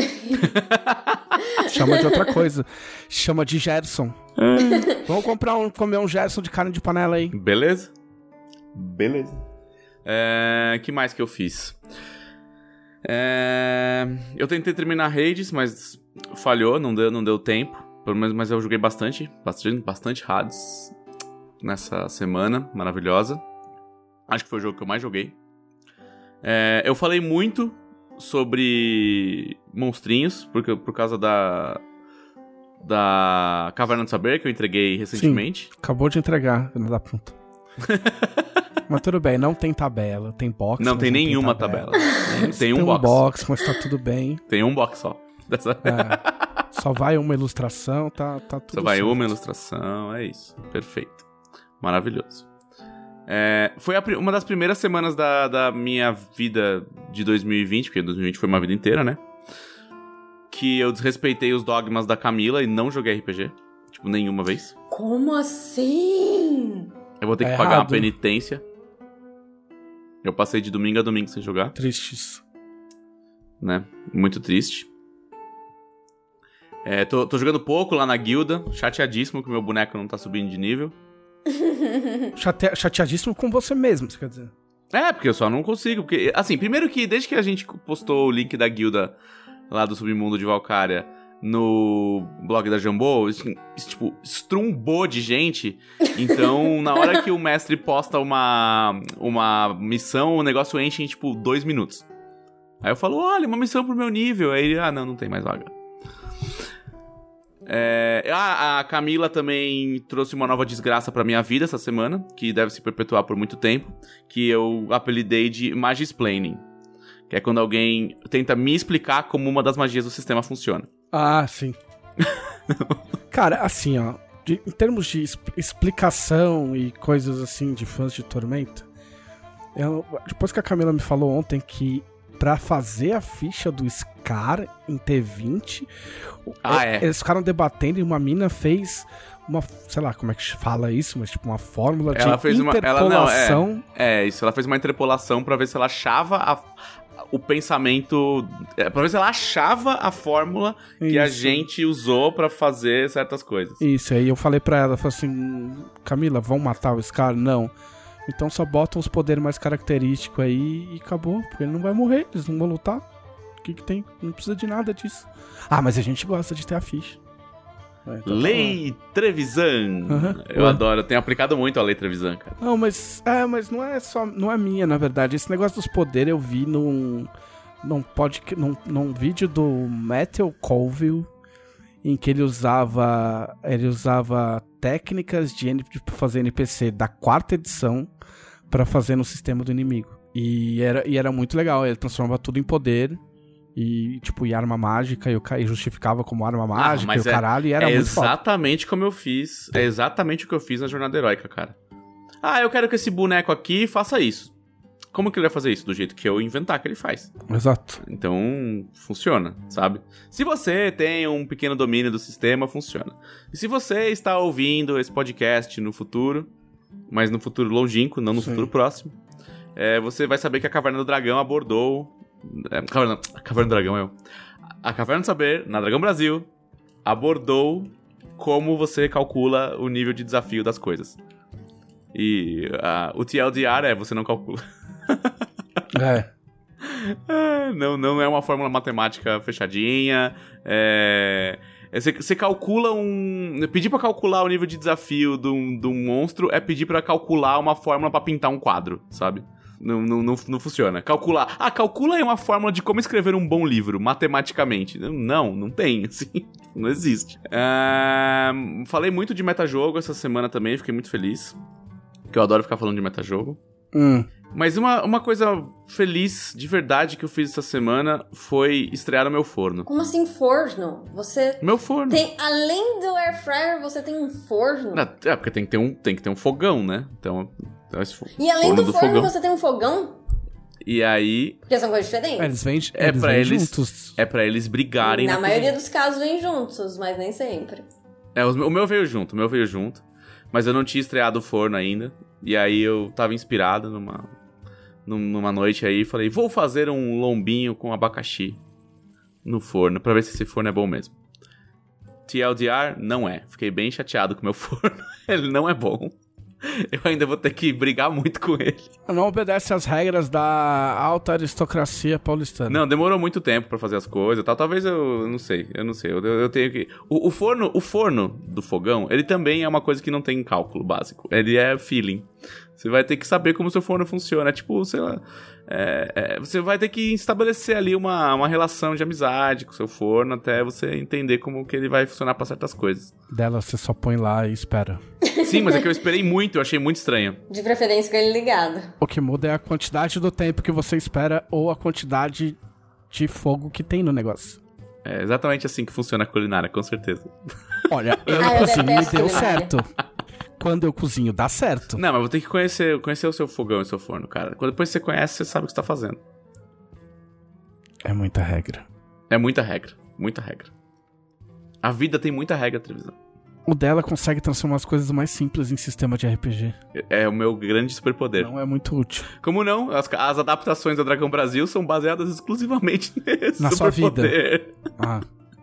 Chama de outra coisa. Chama de Gerson. Vamos comprar um, comer um Gerson de carne de panela aí. Beleza? Beleza. É... que mais que eu fiz? É... Eu tentei terminar Hades, mas falhou, não deu, não deu tempo. Pelo menos, mas eu joguei bastante, bastante, bastante Hades nessa semana maravilhosa. Acho que foi o jogo que eu mais joguei. É... Eu falei muito sobre monstrinhos, porque, por causa da... da Caverna do Saber, que eu entreguei recentemente. Acabou de entregar, não dá ponto. Mas tudo bem, não tem tabela, tem box. Não mas tem nenhuma tabela. Tem, tem um box. box, mas tá tudo bem. Tem um box só. Dessa... É, só vai uma ilustração, tá, tá tudo Só vai certo. uma ilustração, é isso. Perfeito. Maravilhoso. É, foi a, uma das primeiras semanas da, da minha vida de dois mil e vinte, porque dois mil e vinte foi uma vida inteira, né? Que eu desrespeitei os dogmas da Camila e não joguei R P G. Tipo, nenhuma vez. Como assim? Eu vou ter que É pagar errado. uma penitência. Eu passei de domingo a domingo sem jogar, Tristes. né? Muito triste. É, tô, tô jogando pouco lá na guilda, chateadíssimo que o meu boneco não tá subindo de nível. Chate... Chateadíssimo com você mesmo, você quer dizer. É, porque eu só não consigo. Porque, assim, primeiro que desde que a gente postou o link da guilda lá do Submundo de Valkyria no blog da Jambô, assim, isso, tipo, estrumbou de gente. Então, na hora que o mestre posta uma, uma missão, o negócio enche em, tipo, dois minutos. Aí eu falo, olha, uma missão pro meu nível. Aí ele, ah, não, não tem mais vaga. É, a, a Camila também trouxe uma nova desgraça pra minha vida essa semana, que deve se perpetuar por muito tempo, que eu apelidei de Magisplaining, que é quando alguém tenta me explicar como uma das magias do sistema funciona. Ah, sim. Cara, assim, ó, de- em termos de expl- explicação e coisas assim de fãs de Tormenta, eu- depois que a Camila me falou ontem que pra fazer a ficha do Scar em T vinte, Ah, e- é. eles ficaram debatendo e uma mina fez uma, sei lá como é que fala isso, mas tipo uma fórmula Ela de fez uma- ela não, é. interpolação. É, isso, ela fez uma interpolação pra ver se ela achava a- o pensamento, é, pra ver se ela achava a fórmula que a Isso. gente usou pra fazer certas coisas. Isso, aí eu falei pra ela, falei assim, Camila, vão matar o Scar? Não. Então só botam os poderes mais característicos aí e acabou, porque ele não vai morrer, eles não vão lutar. O que que tem? Não precisa de nada disso. Ah, mas a gente gosta de ter a ficha. É, então tá Lei Trevisan. Aham. Eu Ué. adoro, eu tenho aplicado muito a Lei Trevisan, cara. bom. Não, mas, é, mas não é só, não é minha, na verdade. Esse negócio dos poderes eu vi num, num, pod, num, num vídeo do Metal Colville, em que ele usava, ele usava técnicas de, N- de fazer N P C da quarta edição pra fazer no sistema do inimigo. E era, e era muito legal, ele transformava tudo em poder e tipo, em arma mágica, e, o, ca- e justificava como arma mágica e mas o é- caralho, e era é muito foda. exatamente como eu fiz. É exatamente o que eu fiz na Jornada Heróica, cara. Ah, eu quero que esse boneco aqui faça isso. Como que ele vai fazer isso? Do jeito que eu inventar que ele faz. Exato. Então, funciona, sabe? Se você tem um pequeno domínio do sistema, funciona. E se você está ouvindo esse podcast no futuro, mas no futuro longínquo, não no Sim. futuro próximo, é, você vai saber que a Caverna do Dragão abordou... É, Caverna, a Caverna do Dragão é eu. A Caverna do Saber, na Dragão Brasil, abordou como você calcula o nível de desafio das coisas. E ah, o T L D R é você não calcula. É. É, não, não é uma fórmula matemática fechadinha. É, é, você, você calcula um... Pedir pra calcular o nível de desafio de um, de um monstro é pedir pra calcular uma fórmula pra pintar um quadro, sabe? Não, não, não, não funciona. Calcular... Ah, calcula aí uma fórmula de como escrever um bom livro, matematicamente. Não, não tem, assim. Não existe. É, falei muito de metajogo essa semana também, fiquei muito feliz. Porque eu adoro ficar falando de metajogo. Hum. Mas uma, uma coisa feliz, de verdade, que eu fiz essa semana foi estrear o meu forno. Como assim forno? Você Meu forno. tem, além do air fryer, você tem um forno? É, porque tem que ter um, tem que ter um fogão, né? Então, então esse fo- E além forno do forno, fogão. você tem um fogão? E aí, Porque são coisas diferentes. É, eles vêm, É eles pra vêm eles- juntos. é pra eles brigarem Na na maioria cozinha. dos casos vem juntos, mas nem sempre. É, os- o meu veio junto, o meu veio junto. Mas eu não tinha estreado o forno ainda. E aí eu tava inspirado numa, num- numa noite aí. Falei, vou fazer um lombinho com abacaxi no forno, pra ver se esse forno é bom mesmo. T L D R, não é. Fiquei bem chateado com o meu forno. Ele não é bom. Eu ainda vou ter que brigar muito com ele. Não obedece às regras da alta aristocracia paulistana. Não, demorou muito tempo pra fazer as coisas e tal. Talvez eu, eu não sei, eu não sei. Eu, eu tenho que... O, o forno, o forno do fogão, ele também é uma coisa que não tem cálculo básico. Ele é feeling. Você vai ter que saber como o seu forno funciona. É tipo, sei lá... é, é, você vai ter que estabelecer ali uma, uma relação de amizade com o seu forno até você entender como que ele vai funcionar pra certas coisas. Dela, você só põe lá e espera. Sim, mas é que eu esperei muito, eu achei muito estranho. De preferência com ele ligado. O que muda é a quantidade do tempo que você espera ou a quantidade de fogo que tem no negócio. É exatamente assim que funciona a culinária, com certeza. Olha, eu Ah, eu cozinho e detesto deu culinária. certo. Quando eu cozinho, dá certo. Não, mas vou ter que conhecer, conhecer o seu fogão e o seu forno, cara. Quando depois você conhece, você sabe o que você tá fazendo. É muita regra. É muita regra, muita regra. A vida tem muita regra, televisão. O dela consegue transformar as coisas mais simples em sistema de R P G. É o meu grande superpoder. Não é muito útil. Como não? As, as adaptações da Dragão Brasil são baseadas exclusivamente nesse Na sua superpoder. Ah,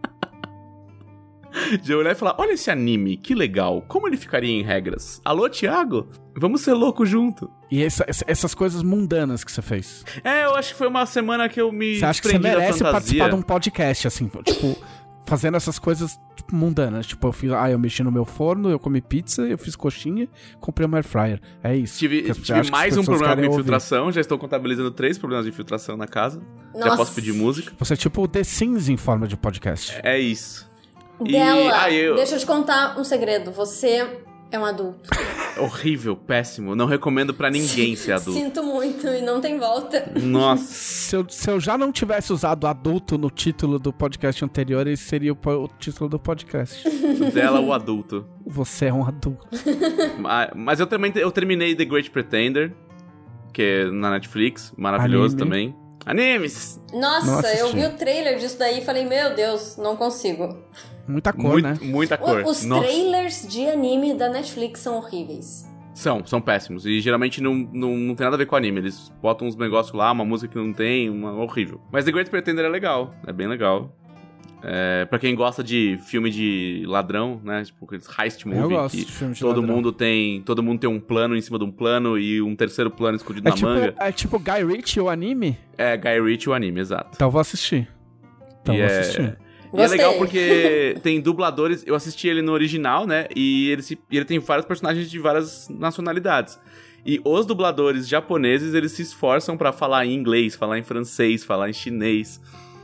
De olhar e falar, olha esse anime, que legal. Como ele ficaria em regras? Alô, Thiago? Vamos ser louco junto. e essa- essa- essas coisas mundanas que você fez. É, eu acho que foi uma semana que eu me Você acha que você desprendi da merece fantasia. participar de um podcast, assim, tipo, fazendo essas coisas tipo, mundanas. Tipo, eu fiz, ah, eu mexi no meu forno, eu comi pizza, eu fiz coxinha, comprei uma air fryer. É isso. Tive, que as- tive acho que as mais um pessoas problema com querem ouvir. infiltração, já estou contabilizando três problemas de infiltração na casa. Já Nossa. posso pedir música. Você é tipo o The Sims em forma de podcast. É isso. E- Dela, ah, eu- deixa eu te contar um segredo. Você é um adulto. Horrível, péssimo. Não recomendo pra ninguém ser adulto. Sinto muito e não tem volta. Nossa. Se eu, se eu já não tivesse usado adulto no título do podcast anterior, esse seria o, po- o título do podcast. Dela, o adulto. Você é um adulto. Ma- Mas eu também te- eu terminei The Great Pretender, que é na Netflix. Maravilhoso Anime. também. Animes! Nossa, Não assisti. eu vi o trailer disso daí e falei, meu Deus, não consigo. Muita cor, Muito- né? Muita cor. O- os Nossa. trailers de anime da Netflix são horríveis. São, são péssimos. E geralmente não, não, não tem nada a ver com anime. Eles botam uns negócios lá, uma música que não tem, uma horrível. Mas The Great Pretender é legal. É bem legal. É, pra quem gosta de filme de ladrão, né? Tipo, aqueles heist movie. Eu gosto que de filme de todo ladrão. mundo tem. Todo mundo tem um plano em cima de um plano e um terceiro plano escondido É na tipo, manga. é tipo Guy Ritchie, o anime? É Guy Ritchie o anime, exato. Então eu vou assistir. Então E eu vou é- assistir. E é Gostei. legal porque tem dubladores. Eu assisti ele no original, né? E ele, se- e ele tem vários personagens de várias nacionalidades. E os dubladores japoneses, eles se esforçam pra falar em inglês, falar em francês, falar em chinês.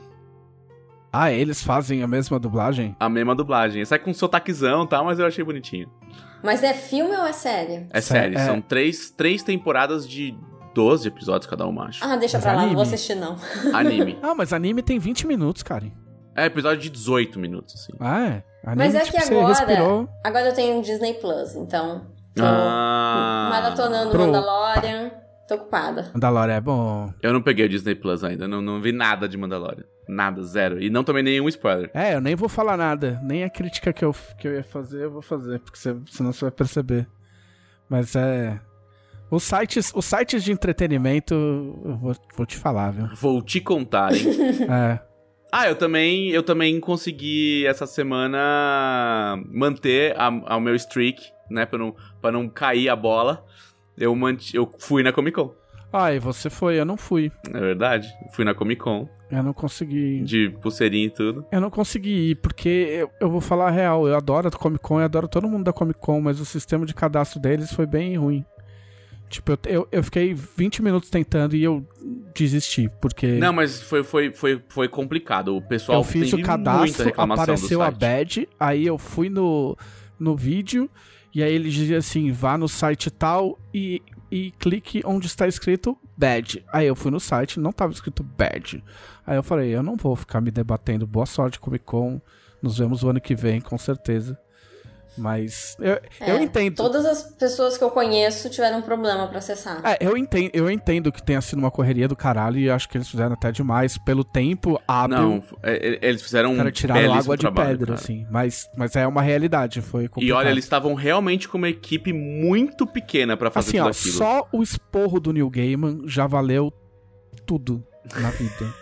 Ah, eles fazem a mesma dublagem? A mesma dublagem. Sai com um sotaquezão e tal, mas eu achei bonitinho. Mas é filme ou é série? É Sé- sério, é- são três, três temporadas de doze episódios cada uma, acho. Ah, deixa Mas pra lá, não anime? vou assistir não. Anime. Ah, mas anime tem vinte minutos, Karen. É episódio de dezoito minutos, assim. Ah, é? Anime, Mas é tipo, que você agora, respirou. agora eu tenho um Disney Plus, então tô Ah. maratonando Pro- Mandalorian, tô ocupada. Mandalorian é bom. Eu não peguei o Disney Plus ainda, não, não vi nada de Mandalorian. Nada, zero. E não tomei nenhum spoiler. É, eu nem vou falar nada. Nem a crítica que eu, que eu ia fazer, eu vou fazer. Porque você, senão você vai perceber. Mas é... Os sites, os sites de entretenimento, eu vou, vou te falar, viu? Vou te contar, hein? É. Ah, eu também, eu também consegui essa semana manter a, a- o meu streak, né? Pra não, pra não cair a bola. Eu, manti, eu fui na Comic Con. Ah, e você foi, eu não fui. É verdade. Fui na Comic Con, Eu não consegui. de pulseirinha e tudo. Eu não consegui ir, porque eu, eu vou falar a real. Eu adoro a Comic Con, eu adoro todo mundo da Comic Con, mas o sistema de cadastro deles foi bem ruim. Tipo, eu, eu, eu fiquei vinte minutos tentando e eu desisti, porque Não, mas foi, foi, foi, foi complicado. O pessoal eu fiz teve o cadastro, muita reclamação apareceu do a site. badge, aí eu fui no, no vídeo, e aí ele dizia assim, vá no site tal e, e clique onde está escrito badge. Aí eu fui no site, não estava escrito badge. Aí eu falei, eu não vou ficar me debatendo, boa sorte Comic Con, nos vemos o ano que vem, com certeza. Mas eu, eu É, entendo. Todas as pessoas que eu conheço tiveram problema pra acessar. É, eu entendo, eu entendo que tenha sido uma correria do caralho e acho que eles fizeram até demais pelo tempo hábil. Não, é, é, eles fizeram um Cara, tiraram belíssimo água de trabalho, pedra, cara. assim. Mas, mas é uma realidade, foi complicado. E olha, eles estavam realmente com uma equipe muito pequena pra fazer Assim, tudo ó, aquilo. só o esporro do Neil Gaiman já valeu tudo na vida,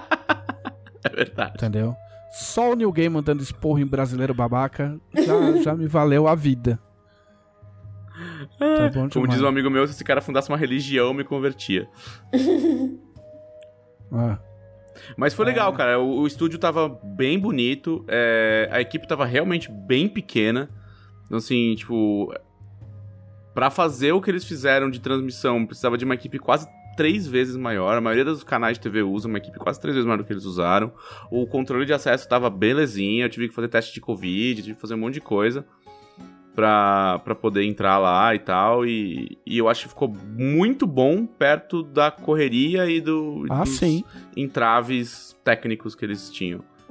É verdade. entendeu? Só o Neil Gaiman dando esporro em brasileiro babaca já, já me valeu a vida. Tá bom Como demais. diz um amigo meu, se esse cara fundasse uma religião, eu me convertia. Ah, Mas foi É. legal, cara. O, o estúdio tava bem bonito. é, a equipe tava realmente bem pequena. Então, assim, tipo... Pra fazer o que eles fizeram de transmissão, precisava de uma equipe quase três vezes maior. A maioria dos canais de T V usa uma equipe quase três vezes maior do que eles usaram. O controle de acesso tava belezinha. Eu tive que fazer teste de Covid, tive que fazer um monte de coisa pra, pra poder entrar lá e tal. E, e eu acho que ficou muito bom perto da correria e do, ah dos sim. entraves técnicos que eles tinham.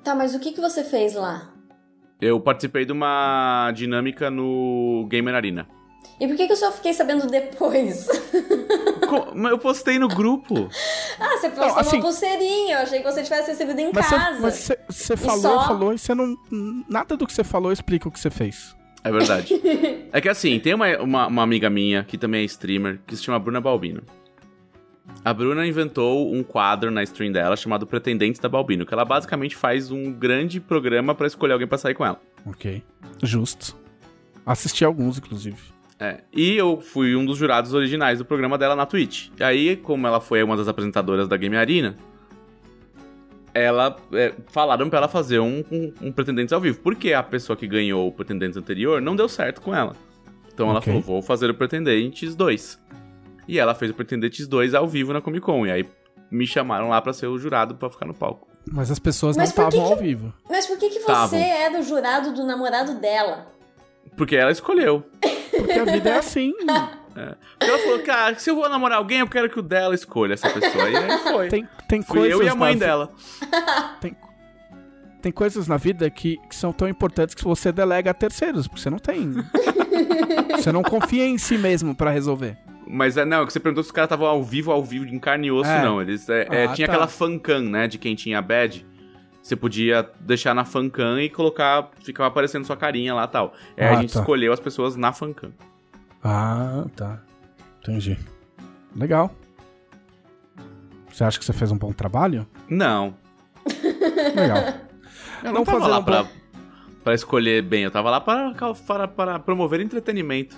Tá, mas o que, que você fez lá? Eu participei de uma dinâmica no Gamer Arena. E por que, que eu só fiquei sabendo depois? Mas eu postei no grupo. Ah, você postou Não, assim, uma pulseirinha. Eu achei que você tivesse recebido em mas casa. Cê, mas você, você falou, só... falou e você não... Nada do que você falou explica o que você fez. É verdade. É que assim, tem uma, uma, uma amiga minha, que também é streamer, que se chama Bruna Balbino. A Bruna inventou um quadro na stream dela chamado Pretendentes da Balbino, que ela basicamente faz um grande programa pra escolher alguém pra sair com ela. Ok. Justo. Assisti alguns, inclusive. É. E eu fui um dos jurados originais do programa dela na Twitch. E aí, como ela foi uma das apresentadoras da Game Arena, ela é, falaram pra ela fazer um, um, um Pretendentes ao vivo. Porque a pessoa que ganhou o Pretendentes anterior não deu certo com ela. Então ela Ok. falou, vou fazer o Pretendentes dois. E ela fez o Pretendentes dois ao vivo na Comic Con. E aí me chamaram lá pra ser o jurado pra ficar no palco. Mas as pessoas Mas não por que estavam ao que- vivo. Mas por que, que você Tavam. é do jurado do namorado dela? Porque ela escolheu. Porque a vida é assim. É. Porque ela falou, cara, se eu vou namorar alguém, eu quero que o dela escolha essa pessoa. E aí foi. Tem, tem Fui coisas eu e a mãe na vi- dela. Tem, tem coisas na vida que, que são tão importantes que você delega a terceiros, porque você não tem. Você não confia em si mesmo pra resolver. Mas é, não, que você perguntou se os caras estavam ao vivo, ao vivo, em carne e osso, É. não. Eles é, é, Ah, tinha tá. aquela fancam, né, de quem tinha badge. Você podia deixar na fancam e colocar, ficava aparecendo sua carinha lá e tal. Aí Ah, a gente tá. escolheu as pessoas na fancam. Ah, tá. Entendi. Legal. Você acha que você fez um bom trabalho? Não. Legal. Eu não Vamos tava fazer lá um pra, bom- pra escolher bem, eu tava lá para, para, para promover entretenimento.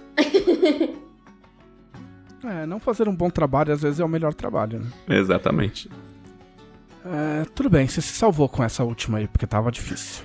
É, não fazer um bom trabalho às vezes é o melhor trabalho, né? Exatamente. É, tudo bem, você se salvou com essa última aí, porque tava difícil.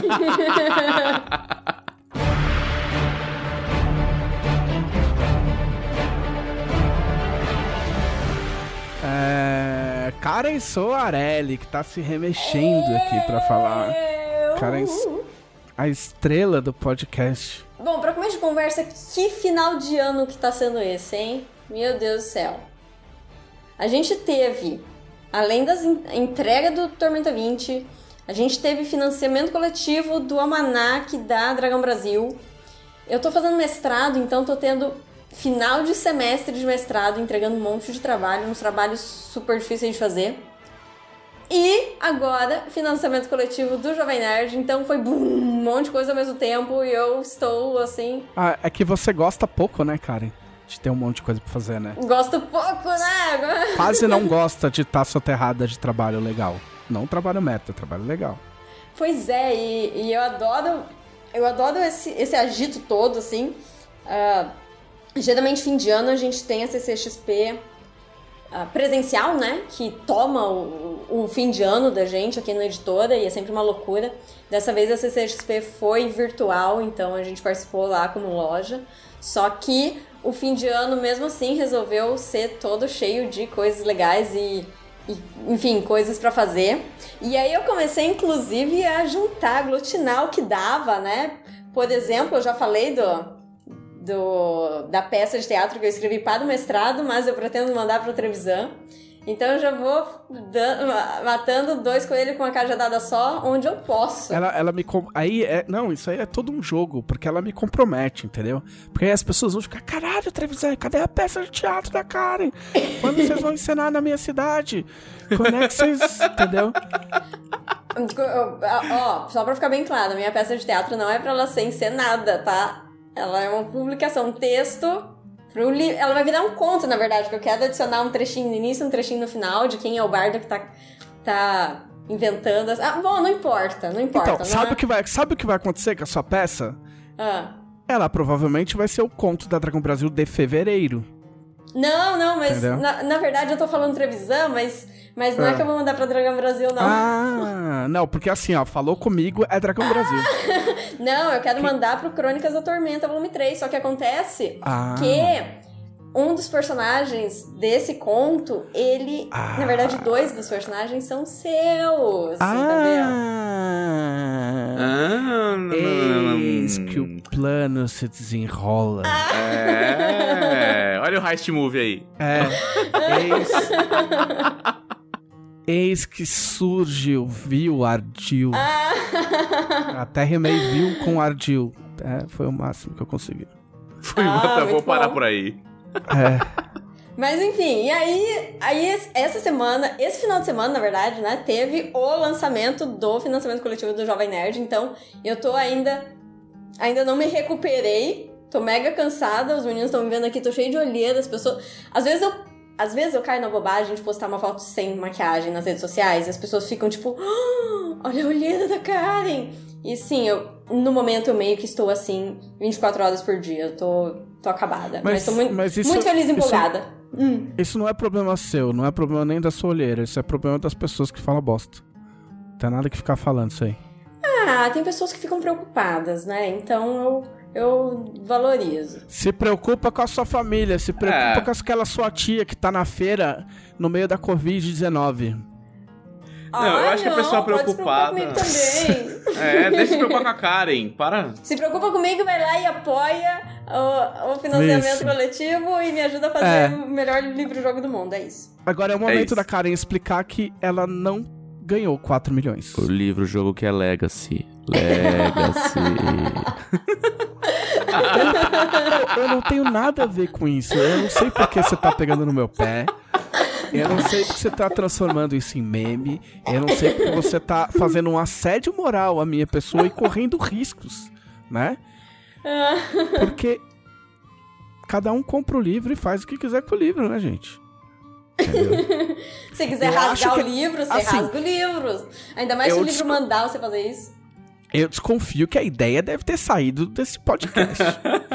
É, Karen Soarelli, que tá se remexendo aqui pra falar. Karen, a estrela do podcast. Bom, pra começo de conversa, que final de ano que tá sendo esse, hein? Meu Deus do céu. A gente teve, além das en- entrega do Tormenta vinte, a gente teve financiamento coletivo do Almanac da Dragão Brasil. Eu tô fazendo mestrado, então tô tendo final de semestre de mestrado, entregando um monte de trabalho, uns trabalhos super difíceis de fazer. E agora, financiamento coletivo do Jovem Nerd, então foi boom, um monte de coisa ao mesmo tempo e eu estou, assim, Ah, é que você gosta pouco, né, Karen? De ter um monte de coisa pra fazer, né? gosto pouco, né? Quase não gosta de estar soterrada de trabalho legal. Não trabalho meta, trabalho legal. Pois é, e, e eu adoro, eu adoro esse, esse agito todo, assim. Ah, geralmente, fim de ano, a gente tem a C C X P ah, presencial, né? Que toma o, o fim de ano da gente aqui na editora e é sempre uma loucura. Dessa vez a C C X P foi virtual, então a gente participou lá como loja. Só que o fim de ano, mesmo assim, resolveu ser todo cheio de coisas legais e, e enfim, coisas pra fazer. E aí eu comecei, inclusive, a juntar, aglutinar o que dava, né? Por exemplo, eu já falei do... Do, da peça de teatro que eu escrevi para o mestrado, mas eu pretendo mandar para o Trevisan. Então eu já vou dan- matando dois coelhos com uma cajadada só, onde eu posso. Ela, ela me... com- Aí é... Não, isso aí é todo um jogo, porque ela me compromete, entendeu? Porque aí as pessoas vão ficar, caralho, Trevisan, cadê a peça de teatro da Karen? Quando vocês vão encenar na minha cidade? Quando é que vocês... Entendeu? Ó, só pra ficar bem claro, a minha peça de teatro não é pra ela ser encenada, tá? Ela é uma publicação, um texto pro livro. Ela vai virar um conto, na verdade, porque eu quero adicionar um trechinho no início e um trechinho no final de quem é o bardo que tá, tá inventando. As... Ah, bom, não importa, não importa. Então, não sabe, é... o que vai, sabe o que vai acontecer com a sua peça? Ah. Ela provavelmente vai ser o conto da Dragão Brasil de fevereiro. Não, não, mas na, na verdade eu tô falando Trevisan, mas, mas não Ah. é que eu vou mandar pra Dragão Brasil, não. Ah, não, porque assim, ó, falou comigo, é Dragão Brasil. Não, eu quero mandar pro Crônicas da Tormenta, volume três. Só que acontece Ah. que um dos personagens desse conto, ele... Ah. Na verdade, dois dos personagens são seus, entendeu? Ah, Ah, eis que o plano se desenrola. É. Olha o heist movie aí. É, eis... Eis que surge o Vil Ardil. Ah. Até rimei Vil com Ardil. É, foi o máximo que eu consegui. Foi Ah, uma, vou muito parar bom. por aí. É. Mas enfim, e aí, aí essa semana, esse final de semana, na verdade, né, teve o lançamento do financiamento coletivo do Jovem Nerd, então eu tô ainda, ainda não me recuperei, tô mega cansada, os meninos estão me vendo aqui, tô cheio de olheira, as pessoas, às vezes eu, às vezes eu caio na bobagem de postar uma foto sem maquiagem nas redes sociais, e as pessoas ficam tipo, ah, olha a olheira da Karen, e sim, eu, no momento eu meio que estou assim, vinte e quatro horas por dia, eu tô, tô acabada, mas, mas tô muito, mas isso, muito feliz e empolgada. Isso... Hum. Isso não é problema seu, não é problema nem da sua olheira, isso é problema das pessoas que falam bosta. Não tem nada que ficar falando isso aí. Ah, tem pessoas que ficam preocupadas, né? Então eu, eu valorizo. Se preocupa com a sua família, se preocupa É. com aquela sua tia que tá na feira no meio da covid dezenove. Não, eu acho que a pessoa pode se preocupar preocupada- comigo também. É, deixa se preocupar com a Karen. Para. Se preocupa comigo, vai lá e apoia o, o financiamento Isso. coletivo e me ajuda a fazer É. o melhor livro-jogo do mundo, é isso. Agora é o É momento isso. da Karen explicar que ela não ganhou quatro milhões. O livro, o jogo que é Legacy. Legacy. Eu, eu não tenho nada a ver com isso. Eu não sei por que você tá pegando no meu pé. Eu não sei porque você tá transformando isso em meme. Eu não sei porque você tá fazendo um assédio moral à minha pessoa e correndo riscos, né? Porque cada um compra o livro e faz o que quiser com o livro, né, gente? Entendeu? Se quiser Eu acho rasgar que- o livro, você assim, rasga o livro. Ainda mais eu se o livro discu- mandar você fazer isso. Eu desconfio que a ideia deve ter saído desse podcast.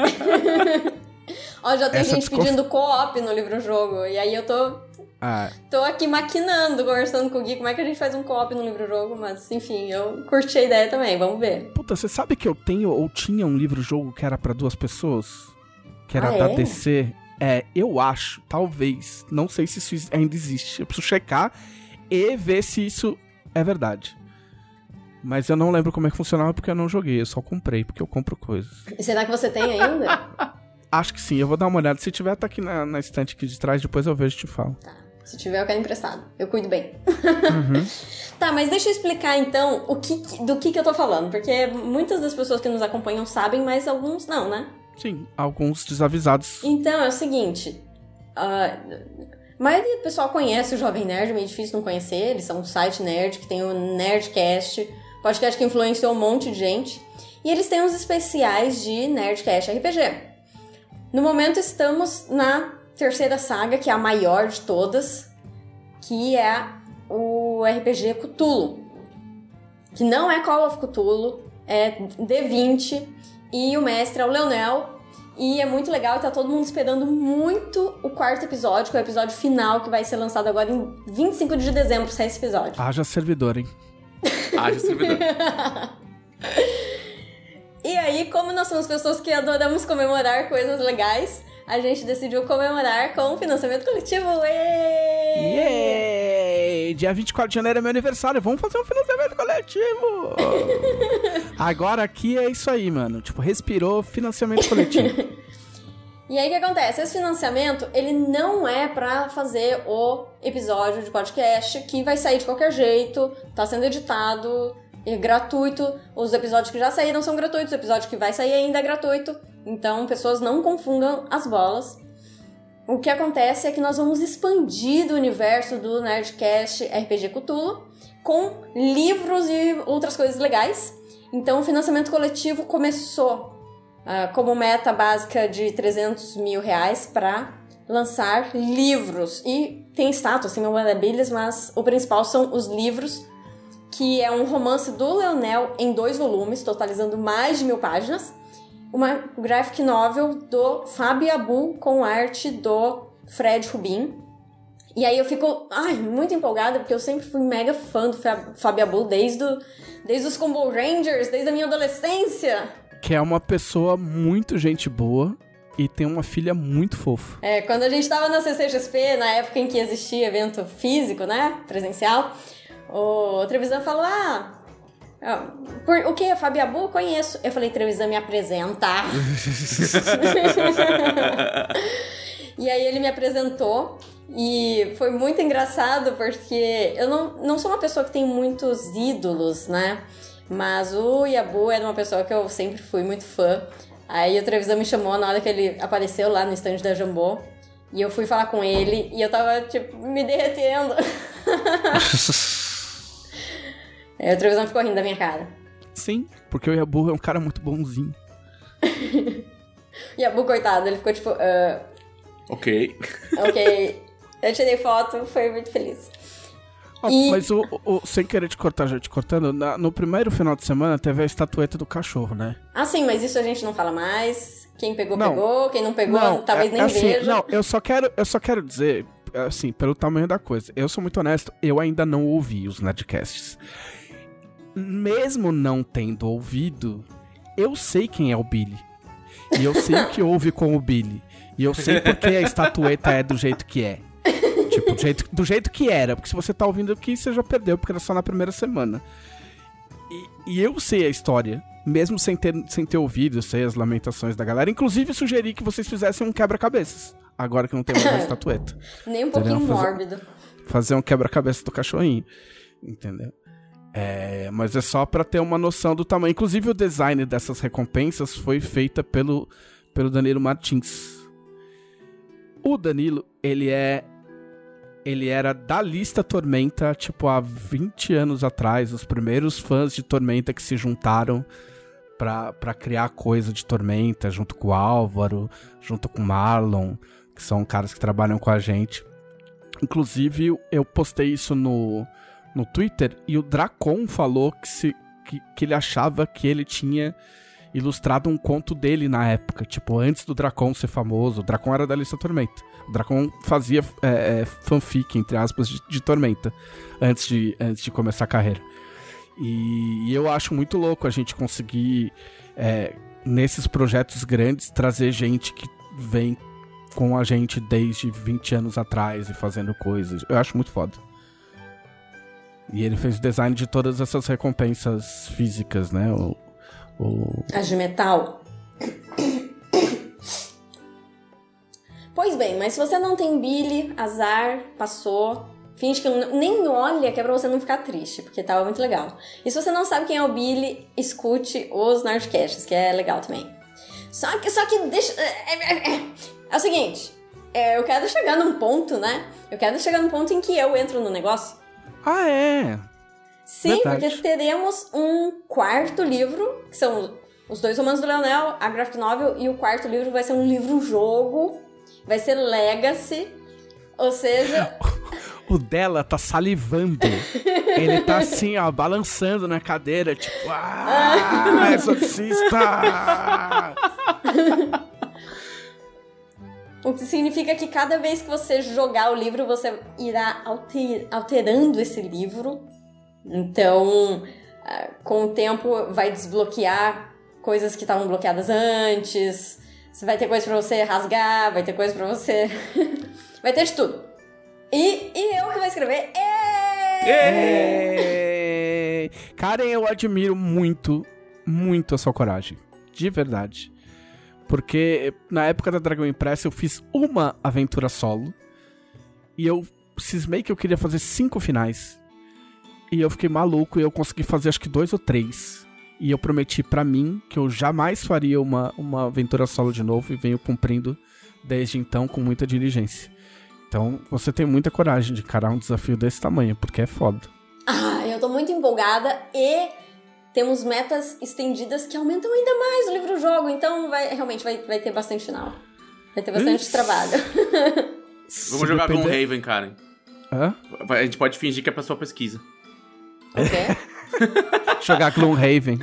Ó, já tem Essa gente desconf- pedindo co-op no livro-jogo. E aí eu tô Ah, Tô aqui maquinando, conversando com o Gui, como é que a gente faz um co-op no livro-jogo, mas enfim, eu curti a ideia também, vamos ver. puta, você sabe que eu tenho ou tinha um livro-jogo que era pra duas pessoas? Que era Ah, da é? D C? É, eu acho, talvez. Não sei se isso ainda existe. Eu preciso checar e ver se isso é verdade. Mas eu não lembro como é que funcionava porque eu não joguei. Eu só comprei, porque eu compro coisas. E será que você tem ainda? Acho que sim, eu vou dar uma olhada. Se tiver, tá aqui na, na estante aqui de trás, depois eu vejo e te falo. Se tiver, eu quero emprestado. Eu cuido bem. Uhum. Tá, mas deixa eu explicar então o que, do que, que eu tô falando. Porque muitas das pessoas que nos acompanham sabem, mas alguns não, né? Sim, alguns desavisados. Então, é o seguinte. ah, a maioria do pessoal conhece o Jovem Nerd, é meio difícil não conhecer. Eles são um site nerd que tem o Nerdcast, podcast que influenciou um monte de gente. E eles têm uns especiais de Nerdcast R P G. No momento estamos na terceira saga, que é a maior de todas, que é o R P G Cthulhu. Que não é Call of Cthulhu, é D vinte, e o mestre é o Leonel. E é muito legal e tá todo mundo esperando muito o quarto episódio, que é o episódio final, que vai ser lançado agora em vinte e cinco de dezembro, sai esse episódio. Haja servidor, hein? Haja servidor. E aí, como nós somos pessoas que adoramos comemorar coisas legais, a gente decidiu comemorar com o financiamento coletivo. Êêêê! Yay! Dia vinte e quatro de janeiro é meu aniversário. Vamos fazer um financiamento coletivo! Agora aqui é isso aí, mano. Tipo, respirou, financiamento coletivo. E aí, o que acontece? Esse financiamento, ele não é pra fazer o episódio de podcast, que vai sair de qualquer jeito, tá sendo editado, é gratuito. Os episódios que já saíram são gratuitos, o episódio que vai sair ainda é gratuito. Então, pessoas não confundam as bolas. O que acontece é que nós vamos expandir o universo do Nerdcast R P G Cthulhu com livros e outras coisas legais. Então, o financiamento coletivo começou uh, como meta básica de trezentos mil reais para lançar livros. E tem status, tem memorabilias, mas o principal são os livros, que é um romance do Leonel em dois volumes, totalizando mais de mil páginas. Uma graphic novel do Fábio Abu com arte do Fred Rubin. E aí eu fico ai, muito empolgada, porque eu sempre fui mega fã do Fábio Abu desde, o, desde os Combo Rangers, desde a minha adolescência. Que é uma pessoa muito gente boa e tem uma filha muito fofa. É, quando a gente tava na C C X P, na época em que existia evento físico, né, presencial, o Trevisan falou, ah... Por, o que? A Fábio Abu? Conheço. Eu falei, Trevisan, me apresenta. E aí ele me apresentou. E foi muito engraçado porque eu não, não sou uma pessoa que tem muitos ídolos, né? Mas o Yabu era uma pessoa que eu sempre fui muito fã. Aí o Trevisan me chamou na hora que ele apareceu lá no stand da Jambô. E eu fui falar com ele e eu tava, tipo, me derretendo. Aí o Trevisan ficou rindo da minha cara. Sim, porque o Yabu é um cara muito bonzinho. O Yabu, coitado, ele ficou tipo... Uh, ok. Ok. Eu tirei foto, foi muito feliz. Oh, e... Mas o, o, sem querer te cortar, já te cortando, na, no primeiro final de semana teve a estatueta do cachorro, né? Ah, sim, mas isso a gente não fala mais. Quem pegou, não, pegou. Quem não pegou, não, talvez é, nem assim, veja. Não, eu só quero, eu só quero dizer, assim, pelo tamanho da coisa. Eu sou muito honesto, eu ainda não ouvi os Nerdcasts. Mesmo não tendo ouvido, eu sei quem é o Billy. E eu sei o que houve com o Billy. E eu sei porque a estatueta é do jeito que é. Tipo, do jeito, do jeito que era. Porque se você tá ouvindo aqui, você já perdeu, porque era só na primeira semana. E, e eu sei a história, mesmo sem ter, sem ter ouvido, eu sei as lamentações da galera. Inclusive, sugeri que vocês fizessem um quebra-cabeças. Agora que não tem mais uma estatueta. Nem um pouquinho fazer, mórbido. Fazer um quebra-cabeça do cachorrinho. Entendeu? É, mas é só pra ter uma noção do tamanho. Inclusive, o design dessas recompensas foi feita pelo, pelo Danilo Martins. O Danilo, ele é... Ele era da lista Tormenta, tipo, há vinte anos atrás. Os primeiros fãs de Tormenta que se juntaram pra, pra criar coisa de Tormenta, junto com o Álvaro, junto com o Marlon, que são caras que trabalham com a gente. Inclusive, eu postei isso no, no Twitter e o Dracon falou que, se, que, que ele achava que ele tinha ilustrado um conto dele na época. Tipo, antes do Dracon ser famoso. O Dracon era da lista Tormenta. O Dracon fazia é, é, fanfic, entre aspas, de, de Tormenta, antes de, antes de começar a carreira. E, e eu acho muito louco a gente conseguir, é, nesses projetos grandes, trazer gente que vem com a gente desde vinte anos atrás e fazendo coisas. Eu acho muito foda. E ele fez o design de todas essas recompensas físicas, né? O, o... As de metal. Pois bem, mas se você não tem Billy, azar, passou. Finge que nem olha, que é pra você não ficar triste, porque tava muito legal. E se você não sabe quem é o Billy, escute os Nerdcasts, que é legal também. Só que, só que deixa... É, é, é, é o seguinte, é, eu quero chegar num ponto, né? Eu quero chegar num ponto em que eu entro no negócio. Ah, é? Sim, verdade. Porque teremos um quarto livro, que são os dois romances do Leonel, a graphic novel, e o quarto livro vai ser um livro-jogo, vai ser Legacy, ou seja... O dela tá salivando. Ele tá assim, ó, balançando na cadeira, tipo, ah, exorcista! O que significa que cada vez que você jogar o livro, você irá alter, alterando esse livro. Então, com o tempo, vai desbloquear coisas que estavam bloqueadas antes. Você vai ter coisa pra você rasgar, vai ter coisa pra você... vai ter de tudo. E, e eu que vou escrever. Êêêê! Karen, eu admiro muito, muito a sua coragem. De verdade. Porque na época da Dragão Impressa eu fiz uma aventura solo. E eu cismei que eu queria fazer cinco finais. E eu fiquei maluco e eu consegui fazer acho que dois ou três. E eu prometi pra mim que eu jamais faria uma, uma aventura solo de novo. E venho cumprindo desde então com muita diligência. Então, você tem muita coragem de encarar um desafio desse tamanho, porque é foda. Ah, eu tô muito empolgada e temos metas estendidas que aumentam ainda mais o livro-jogo, então vai, realmente vai, vai ter bastante final. Vai ter bastante Isso. trabalho. Vamos jogar com o Raven, Karen. Hã? A gente pode fingir que é pra sua pesquisa. O quê? Jogar Gloomhaven.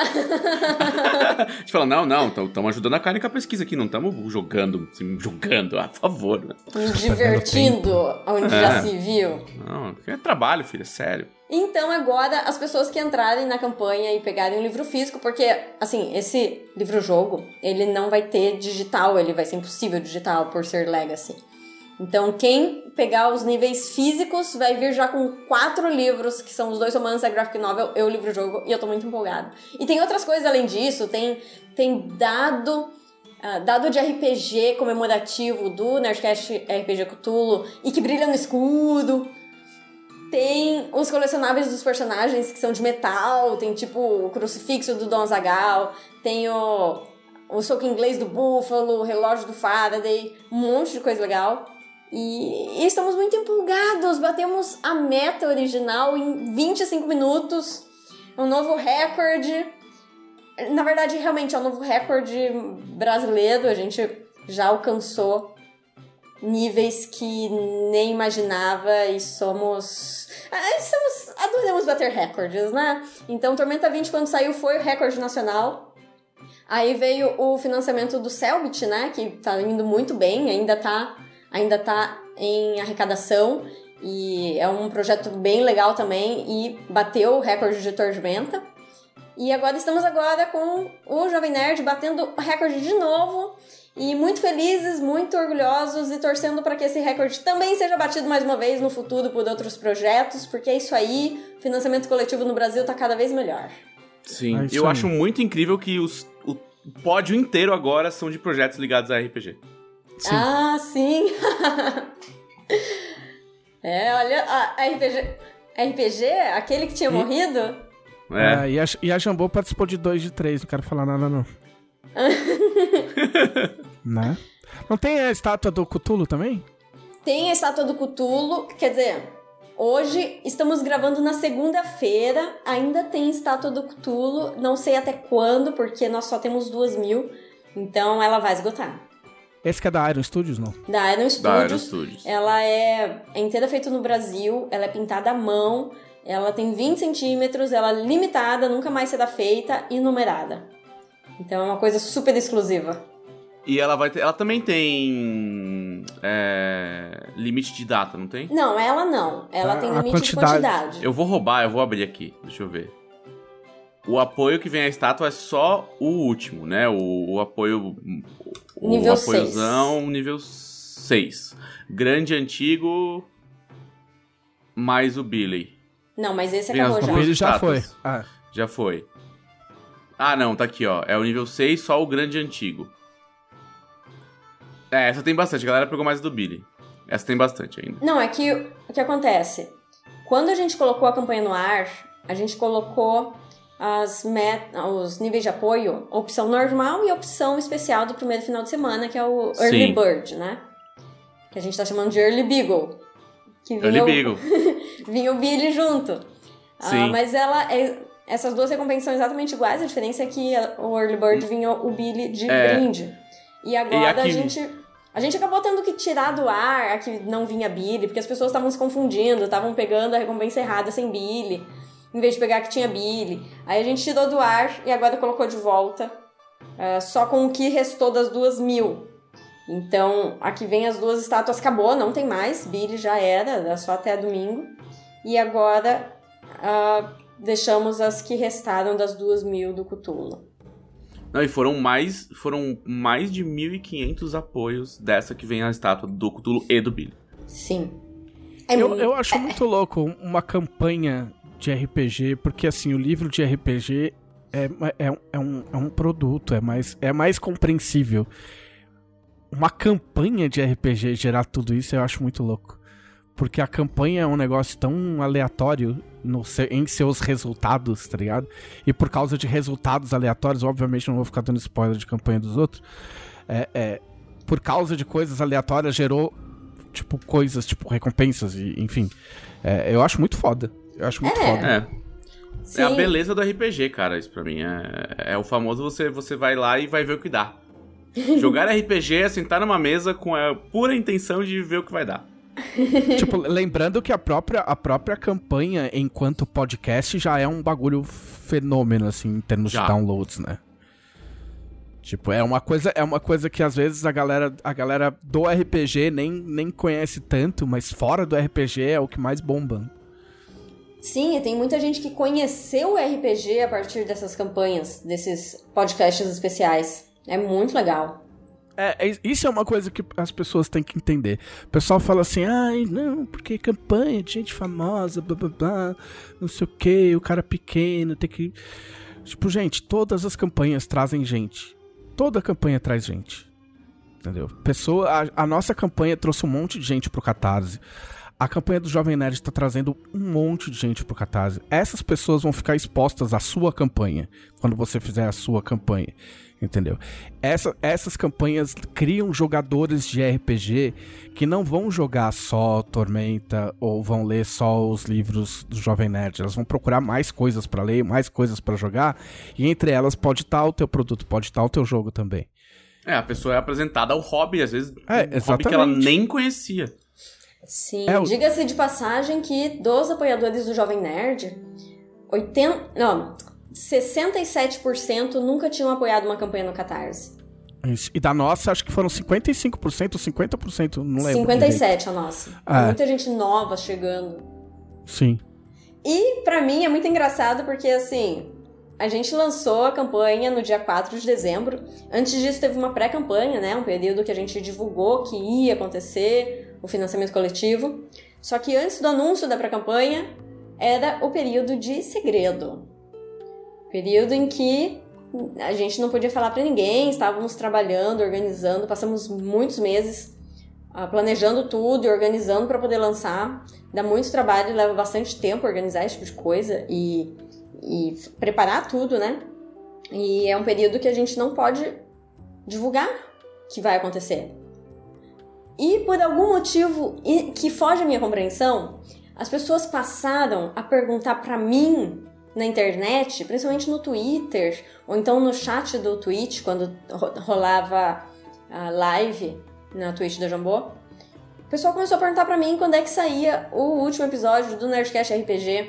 A gente fala, não, não, estamos ajudando a Karen com a pesquisa aqui, não estamos jogando, assim, jogando, a favor. Né? Nos divertindo, onde é. já se viu. Não, é trabalho, filho, é sério. Então agora, as pessoas que entrarem na campanha e pegarem o livro físico, porque, assim, esse livro-jogo, ele não vai ter digital, ele vai ser impossível digital por ser Legacy. Então, quem pegar os níveis físicos vai vir já com quatro livros, que são os dois romances, a graphic novel e o livro-jogo, e eu tô muito empolgada. E tem outras coisas além disso, tem, tem dado, uh, dado de R P G comemorativo do Nerdcast R P G Cthulhu e que brilha no escudo. Tem os colecionáveis dos personagens que são de metal, tem tipo o crucifixo do Don Zagal, tem o, o soco inglês do Búfalo, o relógio do Faraday, um monte de coisa legal. E, e estamos muito empolgados, batemos a meta original em vinte e cinco minutos, um novo recorde. Na verdade, realmente é um novo recorde brasileiro, a gente já alcançou níveis que nem imaginava e somos... somos adoramos bater recordes, né? Então, Tormenta vinte, quando saiu, foi o recorde nacional. Aí veio o financiamento do Cellbit, né? Que tá indo muito bem, ainda tá, ainda tá em arrecadação. E é um projeto bem legal também e bateu o recorde de Tormenta. E agora estamos agora com o Jovem Nerd batendo o recorde de novo. E muito felizes, muito orgulhosos e torcendo para que esse recorde também seja batido mais uma vez no futuro por outros projetos, porque é isso aí, o financiamento coletivo no Brasil tá cada vez melhor. Sim, é eu aí. acho muito incrível que os, o pódio inteiro agora são de projetos ligados a R P G. Sim. Ah, sim! É, olha, a R P G, R P G, aquele que tinha e... morrido? É. É, e, a, e a Jambô participou de dois de três, não quero falar nada não. Né? Não tem a estátua do Cthulhu também? Tem a estátua do Cthulhu, quer dizer, hoje estamos gravando na segunda-feira, ainda tem estátua do Cthulhu, não sei até quando, porque nós só temos duas mil, então ela vai esgotar. Esse que é da Iron Studios, não? Da Iron Studios. Da Iron Studios. Ela é, é inteira feita no Brasil, ela é pintada à mão, ela tem vinte centímetros, ela é limitada, nunca mais será feita e numerada. Então é uma coisa super exclusiva. E ela vai ter, ela também tem é, limite de data, não tem? Não, ela não. Ela A- tem a limite quantidade. de quantidade. Eu vou roubar, eu vou abrir aqui. Deixa eu ver. O apoio que vem à estátua é só o último, né? O, o apoio... O Nível apoiozão, nível seis. Grande, antigo, mais o Billy. Não, mas esse Vem acabou as já. O Billy já foi. estátuas. Ah, Já foi. Ah, não, tá aqui, ó. É o nível seis, só o grande antigo. É, essa tem bastante. A galera pegou mais do Billy. Essa tem bastante ainda. Não, é que o que acontece? Quando a gente colocou a campanha no ar, a gente colocou as met... os níveis de apoio, opção normal e opção especial do primeiro final de semana, que é o Early Sim. Bird, né? Que a gente tá chamando de Early Beagle. Que vinha Early o... Beagle. vinha o Billy junto. Sim. Ah, mas ela é... essas duas recompensas são exatamente iguais, a diferença é que o Early Bird vinha o Billy de É. brinde. E agora E aqui- a gente... A gente acabou tendo que tirar do ar a que não vinha Billy, porque as pessoas estavam se confundindo, estavam pegando a recompensa errada sem Billy, em vez de pegar a que tinha Billy. Aí a gente tirou do ar e agora colocou de volta, uh, só com o que restou das duas mil. Então, aqui vem as duas estátuas, acabou, não tem mais, Billy já era, era só até domingo. E agora uh, deixamos as que restaram das duas mil do Cthulhu. Não, e foram mais, foram mais de mil e quinhentos apoios dessa que vem a estátua do Cthulhu e do Billy. Sim. É eu, muito- eu acho muito louco uma campanha de R P G, porque assim, o livro de R P G é, é, um- é, um, é um produto, é mais, é mais compreensível. Uma campanha de R P G gerar tudo isso, eu acho muito louco. Porque a campanha é um negócio tão aleatório no seu- em seus resultados, tá ligado? E por causa de resultados aleatórios, obviamente não vou ficar dando spoiler de campanha dos outros, é, é, por causa de coisas aleatórias gerou, tipo, coisas, tipo, recompensas, e, enfim. É, eu acho muito foda. Eu acho muito É. foda. É. Sim. É a beleza do R P G, cara, isso pra mim. É, é o famoso você, você vai lá e vai ver o que dá. Jogar R P G é sentar numa mesa com a pura intenção de ver o que vai dar. Tipo, lembrando que a própria, a própria campanha, enquanto podcast, já é um bagulho fenômeno, assim, em termos Já. de downloads, né? Tipo, é uma coisa, é uma coisa que às vezes a galera, a galera do R P G nem, nem conhece tanto, mas fora do R P G é o que mais bomba. Sim, e tem muita gente que conheceu o R P G a partir dessas campanhas, desses podcasts especiais. É muito legal. É, é- isso é uma coisa que as pessoas têm que entender. O pessoal fala assim, ai, não, porque campanha de gente famosa, blá blá blá, não sei o que, o cara pequeno, tem que... Tipo, gente, todas as campanhas trazem gente. Toda campanha traz gente. Entendeu? Pessoa, a, a nossa campanha trouxe um monte de gente pro Catarse. A campanha do Jovem Nerd está trazendo um monte de gente pro Catarse. Essas pessoas vão ficar expostas à sua campanha, quando você fizer a sua campanha, entendeu? Essa, essas campanhas criam jogadores de R P G que não vão jogar só Tormenta ou vão ler só os livros do Jovem Nerd. Elas vão procurar mais coisas para ler, mais coisas para jogar, e entre elas pode estar o teu produto, pode estar o teu jogo também. É, a pessoa é apresentada ao hobby, às vezes é, um hobby que ela nem conhecia. Sim, é, o... diga-se de passagem que dos apoiadores do Jovem Nerd, oitenta, não, sessenta e sete por cento nunca tinham apoiado uma campanha no Catarse. Isso. E da nossa, acho que foram cinquenta e cinco por cento ou cinquenta por cento, não lembro. cinquenta e sete por cento a nossa. É. Muita gente nova chegando. Sim. E pra mim é muito engraçado porque, assim, a gente lançou a campanha no dia quatro de dezembro. Antes disso teve uma pré-campanha, né? Um período que a gente divulgou que ia acontecer o financiamento coletivo. Só que antes do anúncio da pré-campanha era o período de segredo. Período em que a gente não podia falar pra ninguém, estávamos trabalhando, organizando, passamos muitos meses uh, planejando tudo e organizando para poder lançar. Dá muito trabalho, leva bastante tempo organizar esse tipo de coisa e, e preparar tudo, né? E é um período que a gente não pode divulgar que vai acontecer. E por algum motivo que foge à minha compreensão, as pessoas passaram a perguntar pra mim na internet, principalmente no Twitter, ou então no chat do Twitch, quando rolava a live na Twitch da Jambô. O pessoal começou a perguntar pra mim quando é que saía o último episódio do Nerdcast R P G.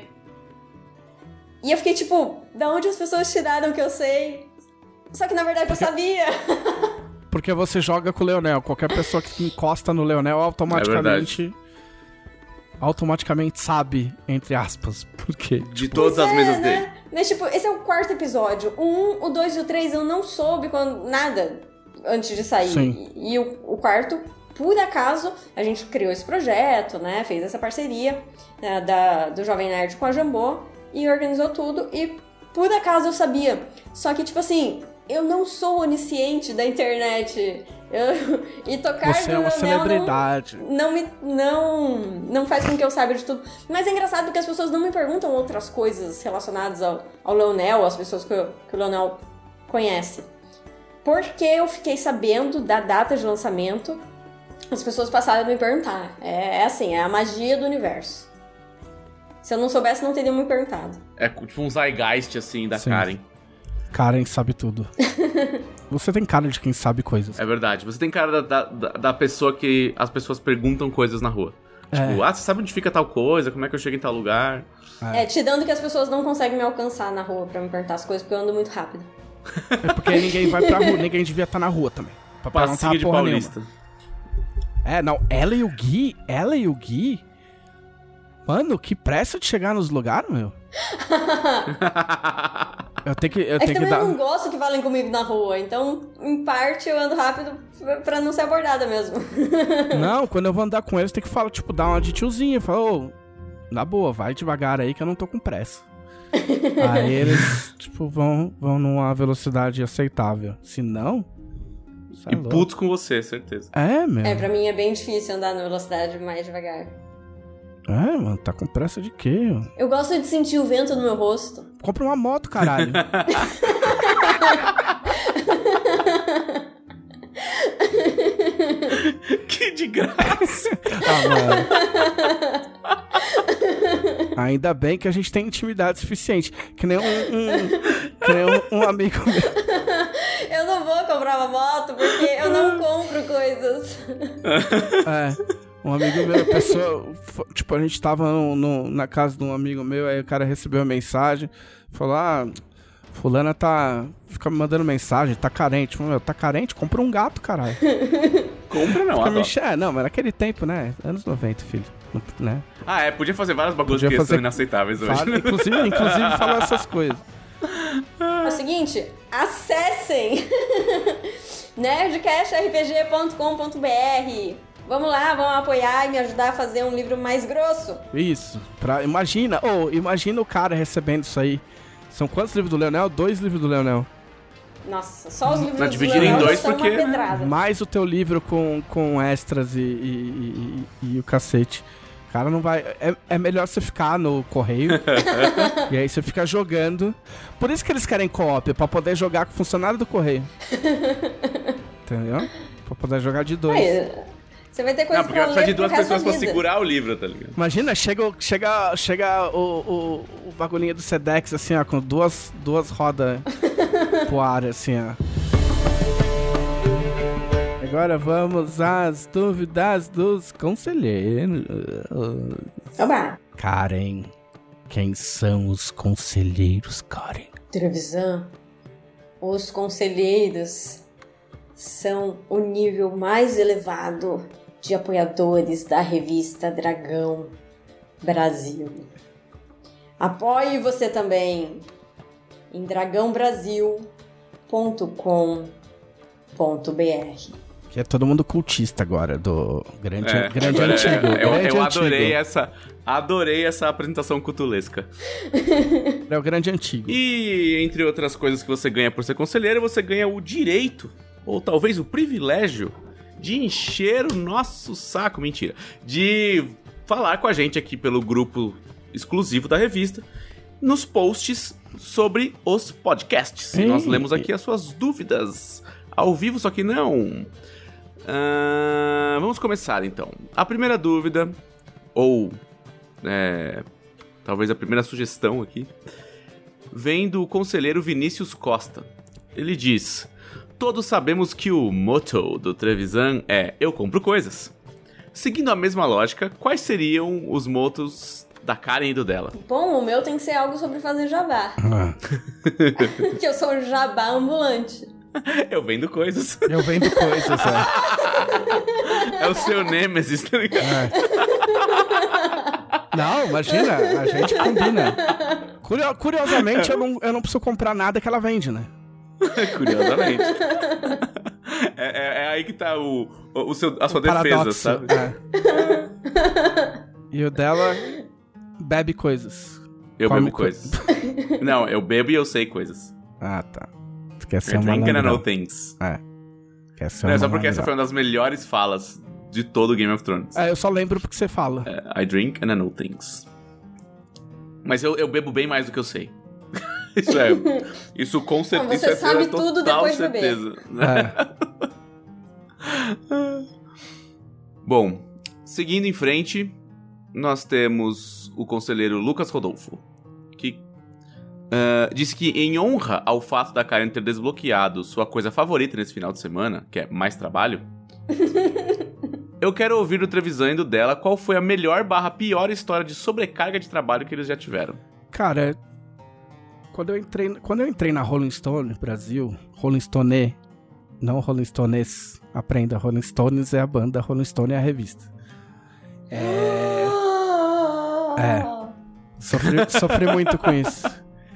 E eu fiquei tipo, da onde as pessoas tiraram que eu sei? Só que na verdade eu sabia. Porque você joga com o Leonel. Qualquer pessoa que encosta no Leonel automaticamente... É automaticamente sabe, entre aspas, por quê. De todas pois as é, mesas né? dele. Mas, tipo, esse é o quarto episódio. O um, o dois e o três eu não soube quando, nada antes de sair. Sim. E, e o, o quarto, por acaso, a gente criou esse projeto, né? Fez essa parceria né, da, do Jovem Nerd com a Jambô e organizou tudo. E, por acaso, eu sabia. Só que, tipo assim, eu não sou onisciente da internet. Eu, e tocar Você no é uma Leonel celebridade. Não, não, me, não, não faz com que eu saiba de tudo. Mas é engraçado porque as pessoas não me perguntam outras coisas relacionadas ao, ao Leonel, às pessoas que, eu, que o Leonel conhece. Porque eu fiquei sabendo da data de lançamento, as pessoas passaram a me perguntar. É, é assim, é a magia do universo. Se eu não soubesse, não teriam me perguntado. É tipo um zeitgeist, assim, da Sim. Karen. Karen sabe tudo. Você tem cara de quem sabe coisas. É verdade. Você tem cara da, da, da pessoa que as pessoas perguntam coisas na rua. É. Tipo, ah, você sabe onde fica tal coisa? Como é que eu chego em tal lugar? É, é te dando que as pessoas não conseguem me alcançar na rua pra me perguntar as coisas, porque eu ando muito rápido. É porque ninguém vai pra rua, ninguém devia estar na rua também. Pra Passinho de porra Paulista. Nenhuma. É, não, ela e o Gui, ela e o Gui... Mano, que pressa de chegar nos lugares, meu. Eu tenho que, eu é tenho que que também dar... eu não gosto que falem comigo na rua, então, em parte, eu ando rápido pra não ser abordada mesmo. Não, quando eu vou andar com eles, tem que falar, tipo, dar uma de tiozinha. Falar, ô, na boa, vai devagar aí que eu não tô com pressa. Aí eles, tipo, vão, vão numa velocidade aceitável. Se não... E putos com você, certeza. É, meu. É, pra mim é bem difícil andar na velocidade mais devagar. É, mano, tá com pressa de quê? Mano? Eu gosto de sentir o vento no meu rosto. Compra uma moto, caralho. Que de graça. Ah, mano. Ainda bem que a gente tem intimidade suficiente. Que nem um, um, que nem um, um amigo meu. Eu não vou comprar uma moto porque eu não compro coisas. É. Um amigo meu, a pessoa, tipo, a gente tava no, no, na casa de um amigo meu, aí o cara recebeu a mensagem, falou, ah, fulana tá, fica me mandando mensagem, tá carente. Falei, meu, tá carente? Compra um gato, caralho. Compra não, me... É, não, mas naquele tempo, né, anos noventa, filho, né? Ah, é, podia fazer várias bagulhos que fazer... são inaceitáveis hoje. Fala, inclusive, inclusive falar essas coisas. É o seguinte, acessem nerdcast r p g ponto com ponto b r. Vamos lá, vamos apoiar e me ajudar a fazer um livro mais grosso. Isso. Pra, imagina, oh, imagina o cara recebendo isso aí. São quantos livros do Leonel? Dois livros do Leonel. Nossa, só os livros Não, do dividir em Léo dois são porque- uma pedrada. Mais o teu livro com, com extras e, e, e, e o cacete. Cara, não vai... É, é melhor você ficar no correio. E aí você fica jogando. Por isso que eles querem co-op, pra poder jogar com o funcionário do correio. Entendeu? Pra poder jogar de dois. Aí, você vai ter coisa Não, porque pra vai precisar ler de duas pro resto pessoas da pra vida. segurar o livro, tá ligado? Imagina, chega, o- chega, chega o, o, o bagulhinho do Sedex, assim, ó, com duas, duas rodas pro ar, assim, ó. Agora vamos às dúvidas dos conselheiros. Oba! Karen, quem são os conselheiros, Karen? Televisão. Os conselheiros são o nível mais elevado de apoiadores da revista Dragão Brasil. Apoie você também em dragão brasil ponto com ponto b r. Que é todo mundo cultista agora, do grande, É, grande agora, antigo. é, eu, grande eu adorei antigo. essa. Adorei essa apresentação cutulesca. É o grande antigo. E entre outras coisas que você ganha por ser conselheiro, você ganha o direito, ou talvez o privilégio, de encher o nosso saco, mentira, de falar com a gente aqui pelo grupo exclusivo da revista, nos posts sobre os podcasts. E Ei. nós lemos aqui as suas dúvidas ao vivo, só que não. Ah, vamos começar então. A primeira dúvida, ou é, talvez a primeira sugestão aqui, vem do conselheiro Vinícius Costa. Ele diz: todos sabemos que o motto do Trevisan é eu compro coisas. Seguindo a mesma lógica, quais seriam os motos da Karen e do dela? Bom, o meu tem que ser algo sobre fazer jabá. Ah, Que eu sou um jabá ambulante. Eu vendo coisas. eu vendo coisas, é. É o seu Nemesis, tá ligado? Não, imagina, a gente combina. Curio- curiosamente, eu não, eu não preciso comprar nada que ela vende, né? Curiosamente. É, é- é aí que tá o, o, o seu, a sua O defesa, paradoxo, sabe? é. E o dela bebe coisas. Eu Come bebo co- coisas. Não, eu bebo e eu sei coisas. Ah, tá. Tu quer ser I uma drink and I know malandrão. things. É. Quer ser Não, é uma só porque essa malandrão. foi uma das melhores falas de todo Game of Thrones. É, eu só lembro porque você fala. É, I drink and I know things. Mas eu, eu bebo bem mais do que eu sei. Isso é. Isso com certeza. Não, você isso é sabe total tudo depois de beber. certeza. né? É. Bom, seguindo em frente, nós temos o conselheiro Lucas Rodolfo, que ah, disse que, em honra ao fato da Karen ter desbloqueado sua coisa favorita nesse final de semana, que é mais trabalho, eu quero ouvir do Trevisan e do dela qual foi a melhor barra pior história de sobrecarga de trabalho que eles já tiveram. Cara, quando eu entrei, quando eu entrei na Rolling Stone Brasil, Rolling Stone, não Rolling Stones, aprenda, Rolling Stones é a banda, Rolling Stone é a revista. É, É. sofri, sofri muito com isso.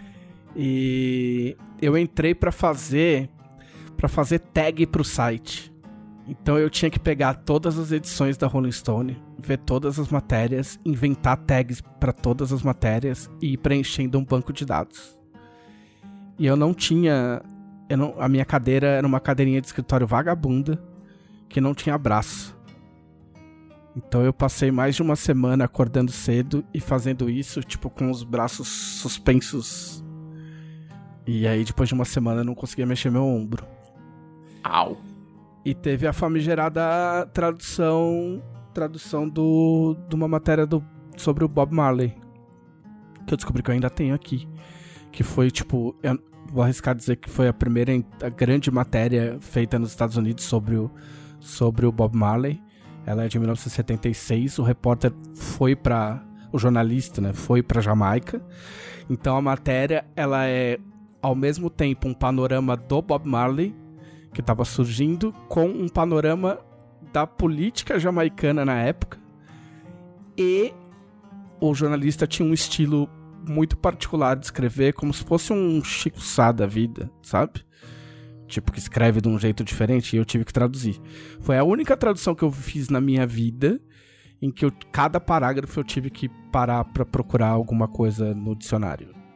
E eu entrei pra fazer, pra fazer tag pro site. Então eu tinha que pegar todas as edições da Rolling Stone, ver todas as matérias, inventar tags pra todas as matérias e ir preenchendo um banco de dados. E eu não tinha... Eu não, a minha cadeira era uma cadeirinha de escritório vagabunda que não tinha braço. Então eu passei mais de uma semana acordando cedo e fazendo isso, tipo, com os braços suspensos. E aí depois de uma semana eu não conseguia mexer meu ombro. Au. E teve a famigerada tradução tradução do, de uma matéria do, sobre o Bob Marley, que eu descobri que eu ainda tenho aqui. Que foi, tipo, eu vou arriscar dizer que foi a primeira, a grande matéria feita nos Estados Unidos sobre o, sobre o Bob Marley. Ela é de mil novecentos e setenta e seis, o repórter foi pra... O jornalista, né, foi pra Jamaica. Então a matéria, ela é, ao mesmo tempo, um panorama do Bob Marley, que estava surgindo, com um panorama da política jamaicana na época. E o jornalista tinha um estilo muito particular de escrever, como se fosse um Chico Sá da vida, sabe? Tipo, que escreve de um jeito diferente, e eu tive que traduzir. Foi a única tradução que eu fiz na minha vida em que eu, cada parágrafo eu tive que parar pra procurar alguma coisa no dicionário.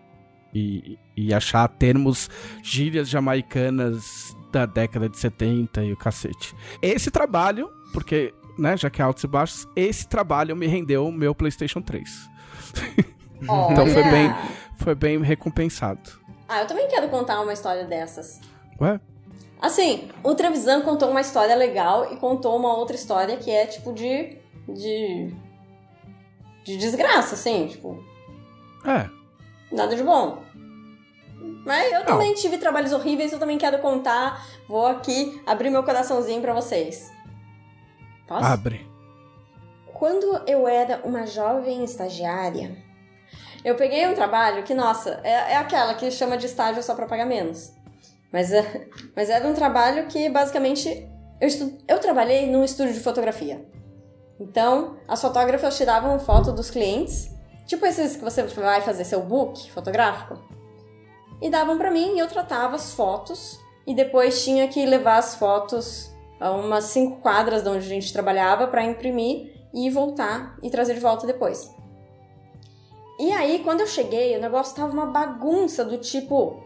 e, e achar termos, gírias jamaicanas da década de setenta e o cacete. Esse trabalho, porque, né, já que é altos e baixos, esse trabalho me rendeu o meu PlayStation três. Então foi bem, foi bem recompensado. Ah, eu também quero contar uma história dessas. Ué? Assim, o Trevisan contou uma história legal e contou uma outra história que é, tipo, de... De... De desgraça, assim, tipo... É. Nada de bom. Mas eu também tive trabalhos horríveis, eu também quero contar. Vou aqui abrir meu coraçãozinho pra vocês. Posso? Abre. Quando eu era uma jovem estagiária, eu peguei um trabalho que, nossa, é, é aquela que chama de estágio só pra pagar menos. Mas, é, mas era um trabalho que, basicamente, eu, estu, eu trabalhei num estúdio de fotografia. Então, as fotógrafas tiravam foto dos clientes, tipo esses que você vai fazer seu book fotográfico, e davam pra mim e eu tratava as fotos, e depois tinha que levar as fotos a umas cinco quadras de onde a gente trabalhava pra imprimir e voltar e trazer de volta depois. E aí, quando eu cheguei, o negócio tava uma bagunça do tipo...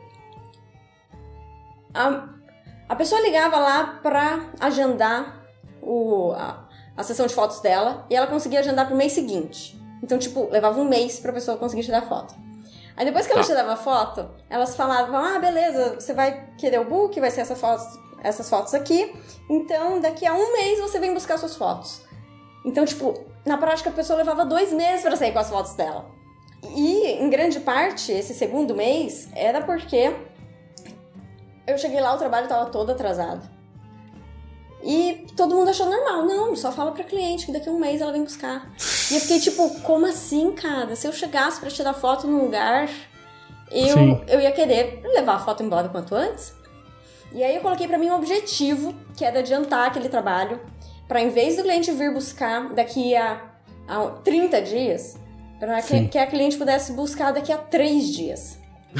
A, a pessoa ligava lá pra agendar o, a, a sessão de fotos dela e ela conseguia agendar pro mês seguinte. Então, tipo, levava um mês pra pessoa conseguir tirar foto. Aí depois que ela Tá. tirava a foto, elas falavam, ah, beleza, você vai querer o book, vai ser essa foto, essas fotos aqui, então daqui a um mês você vem buscar suas fotos. Então, tipo, na prática a pessoa levava dois meses pra sair com as fotos dela. E, em grande parte, esse segundo mês era porque eu cheguei lá, o trabalho tava todo atrasado. E todo mundo achou normal. Não, só fala pra cliente que daqui a um mês ela vem buscar. E eu fiquei tipo, como assim, cara? Se eu chegasse pra tirar foto num lugar, eu, eu ia querer levar a foto embora quanto antes. E aí eu coloquei pra mim um objetivo, que era adiantar aquele trabalho, pra em vez do cliente vir buscar daqui a, a trinta dias, pra que, que a cliente pudesse buscar daqui a três dias.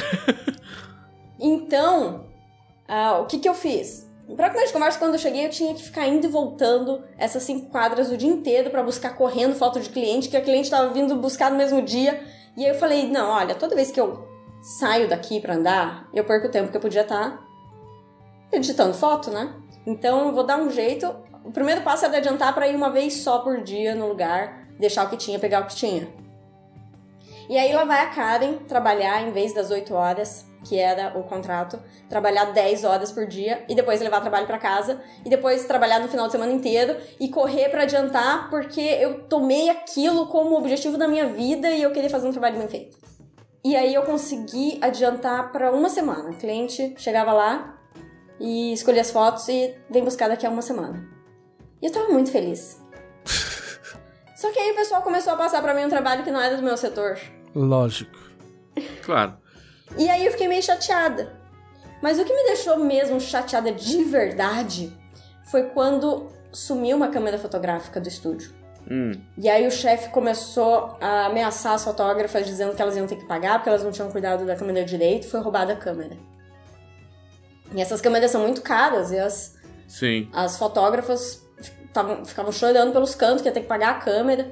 Então, uh, o que que eu fiz? Pra começo de conversa, quando eu cheguei, eu tinha que ficar indo e voltando essas cinco quadras o dia inteiro pra buscar correndo foto de cliente, que a cliente tava vindo buscar no mesmo dia. E aí eu falei, não, olha, toda vez que eu saio daqui pra andar, eu perco o tempo que eu podia estar editando foto, né? Então eu vou dar um jeito. O primeiro passo era adiantar pra ir uma vez só por dia no lugar, deixar o que tinha, pegar o que tinha. E aí lá vai a Karen trabalhar, em vez das oito horas, que era o contrato, trabalhar dez horas por dia e depois levar trabalho pra casa e depois trabalhar no final de semana inteiro e correr pra adiantar porque eu tomei aquilo como objetivo da minha vida e eu queria fazer um trabalho bem feito. E aí eu consegui adiantar pra uma semana. O cliente chegava lá e escolhia as fotos e vem buscar daqui a uma semana. E eu tava muito feliz. Só que aí o pessoal começou a passar pra mim um trabalho que não era do meu setor. Lógico. Claro. E aí eu fiquei meio chateada. Mas o que me deixou mesmo chateada de verdade foi quando sumiu uma câmera fotográfica do estúdio. Hum. E aí o chefe começou a ameaçar as fotógrafas dizendo que elas iam ter que pagar porque elas não tinham cuidado da câmera direito. Foi roubada a câmera. E essas câmeras são muito caras e as, Sim. as fotógrafas tavam, ficavam chorando pelos cantos que ia ter que pagar a câmera.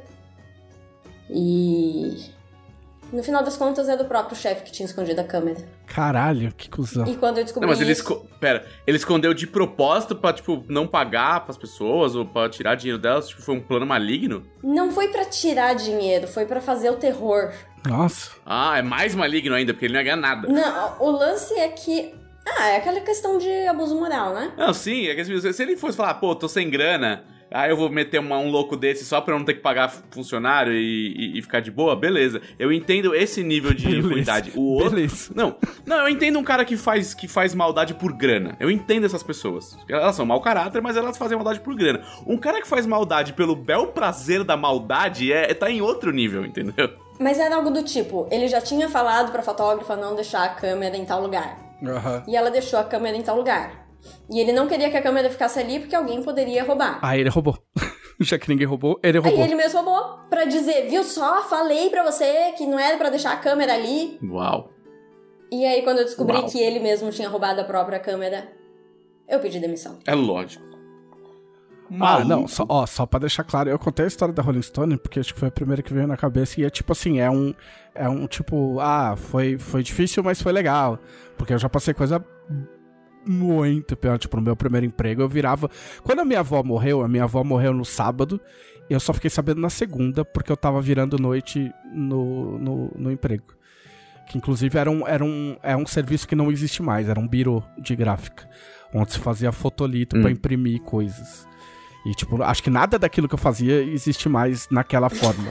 E... no final das contas, é do próprio chefe que tinha escondido a câmera. Caralho, que cuzão. E quando eu descobri Não, mas ele, isso... esco... Pera, ele escondeu de propósito pra, tipo, não pagar pras pessoas ou pra tirar dinheiro delas? Tipo, foi um plano maligno? Não foi pra tirar dinheiro, foi pra fazer o terror. Nossa. Ah, é mais maligno ainda, porque ele não ia ganhar nada. Não, o lance é que... Ah, é aquela questão de abuso moral, né? Não, sim, é que se ele fosse falar, pô, tô sem grana, aí eu vou meter uma, um louco desse só pra eu não ter que pagar funcionário e, e, e ficar de boa, beleza. Eu entendo esse nível de Beleza. ruindade. O outro... Beleza. Não, não, eu entendo um cara que faz, que faz maldade por grana. Eu entendo essas pessoas. Elas são mau caráter, mas elas fazem maldade por grana. Um cara que faz maldade pelo bel prazer da maldade é, tá em outro nível, entendeu? Mas era algo do tipo, ele já tinha falado pra fotógrafa não deixar a câmera em tal lugar. Uhum. E ela deixou a câmera em tal lugar. E ele não queria que a câmera ficasse ali porque alguém poderia roubar. Aí ele roubou. Já que ninguém roubou, ele roubou. Aí ele mesmo roubou pra dizer, viu só, falei pra você que não era pra deixar a câmera ali. Uau. E aí quando eu descobri Uau. que ele mesmo tinha roubado a própria câmera, eu pedi demissão. É lógico. Maluco. Ah, não, só, ó, só pra deixar claro, eu contei a história da Rolling Stone, porque acho que foi a primeira que veio na cabeça, e é tipo assim, é um, é um tipo, ah, foi, foi difícil, mas foi legal, porque eu já passei coisa muito pior, tipo, no meu primeiro emprego eu virava, quando a minha avó morreu, a minha avó morreu no sábado, eu só fiquei sabendo na segunda, porque eu tava virando noite no, no, no emprego, que inclusive era um, era, um, era um serviço que não existe mais, era um birô de gráfica, onde se fazia fotolito hum. pra imprimir coisas. E, tipo, acho que nada daquilo que eu fazia existe mais naquela forma.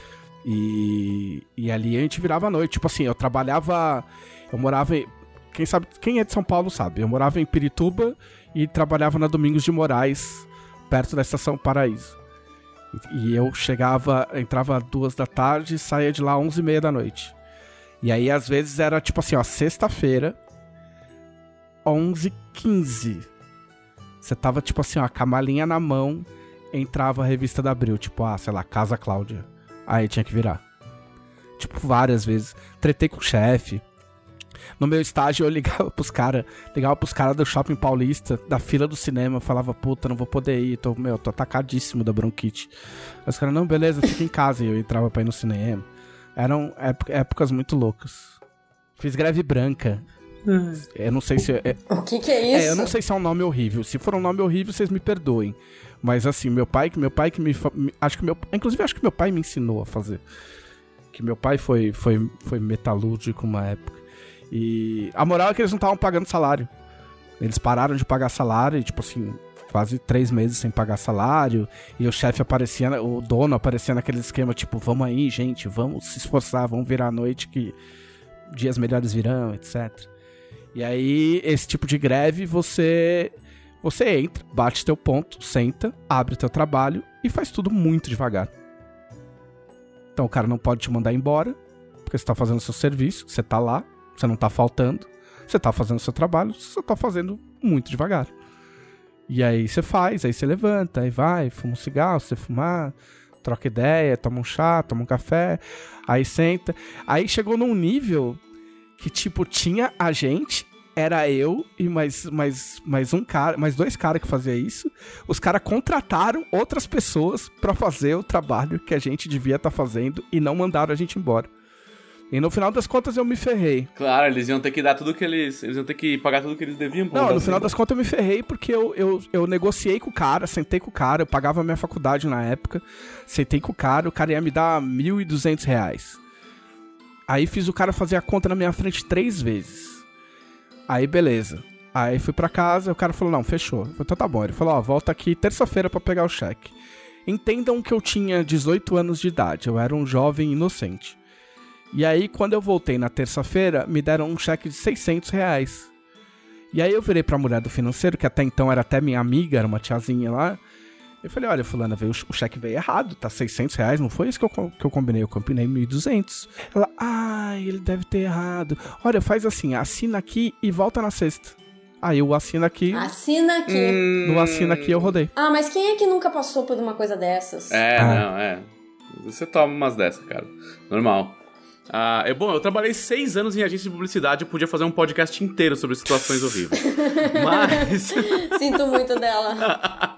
e, e ali a gente virava a noite. Tipo assim, eu trabalhava... Eu morava em... Quem sabe, quem é de São Paulo sabe. Eu morava em Pirituba e trabalhava na Domingos de Moraes, perto da Estação Paraíso. E, e eu chegava, entrava às duas da tarde e saía de lá às onze e meia da noite. E aí, às vezes, era tipo assim, ó, sexta-feira, onze e quinze. Você tava, tipo assim, ó, com a malinha na mão, entrava a revista da Abril, tipo, ah, sei lá, Casa Cláudia. Aí tinha que virar. Tipo, várias vezes. Tretei com o chefe. No meu estágio, eu ligava pros caras, ligava pros caras do Shopping Paulista, da fila do cinema, falava, puta, não vou poder ir, tô, meu, tô atacadíssimo da bronquite. Aí os caras, não, beleza, fica em casa. E eu entrava pra ir no cinema. Eram épocas muito loucas. Fiz greve branca. Hum. Eu não sei se... É, o que que é isso? É, eu não sei se é um nome horrível. Se for um nome horrível, vocês me perdoem. Mas assim, meu pai, meu pai que me... Acho que meu, inclusive, acho que meu pai me ensinou a fazer. Que meu pai foi, foi, foi metalúrgico uma época. E a moral é que eles não estavam pagando salário. Eles pararam de pagar salário e, tipo assim, quase três meses sem pagar salário. E o chefe aparecia, o dono aparecia naquele esquema, tipo, vamos aí, gente, vamos se esforçar, vamos virar a noite que dias melhores virão, etcétera. E aí, esse tipo de greve, você você entra, bate teu ponto, senta, abre teu trabalho e faz tudo muito devagar. Então o cara não pode te mandar embora, porque você tá fazendo o seu serviço, você tá lá, você não tá faltando, você tá fazendo o seu trabalho, você tá fazendo muito devagar. E aí você faz, aí você levanta, aí vai, fuma um cigarro, você fumar, troca ideia, toma um chá, toma um café, aí senta. Aí chegou num nível... que, tipo, tinha a gente, era eu e mais, mais, mais um cara, mais dois caras que faziam isso. Os caras contrataram outras pessoas pra fazer o trabalho que a gente devia estar tá fazendo e não mandaram a gente embora. E no final das contas eu me ferrei. Claro, eles iam ter que dar tudo que eles... Eles iam ter que pagar tudo que eles deviam. Não, no final das contas eu me ferrei porque eu, eu, eu negociei com o cara, sentei com o cara, eu pagava a minha faculdade na época, sentei com o cara, o cara ia me dar mil e duzentos reais. Aí fiz o cara fazer a conta na minha frente três vezes. Aí, beleza. Aí fui pra casa, o cara falou, não, fechou. Eu falei, então tá bom. Ele falou, ó, volta aqui terça-feira pra pegar o cheque. Entendam que eu tinha dezoito anos de idade, eu era um jovem inocente. E aí, quando eu voltei na terça-feira, me deram um cheque de seiscentos reais. E aí eu virei pra mulher do financeiro, que até então era até minha amiga, era uma tiazinha lá. Eu falei, olha, fulana, veio, o cheque veio errado, tá seiscentos reais, não foi isso que eu, que eu combinei, eu combinei mil e duzentos. Ela, ah, ele deve ter errado. Olha, faz assim, assina aqui e volta na sexta. Aí eu assino aqui. Assina aqui. Hum... No assina aqui eu rodei. Ah, mas quem é que nunca passou por uma coisa dessas? É, ah. não, é. Você toma umas dessas, cara. Normal. Ah, é bom, eu trabalhei seis anos em agência de publicidade, eu podia fazer um podcast inteiro sobre situações horríveis. Mas... Sinto muito dela.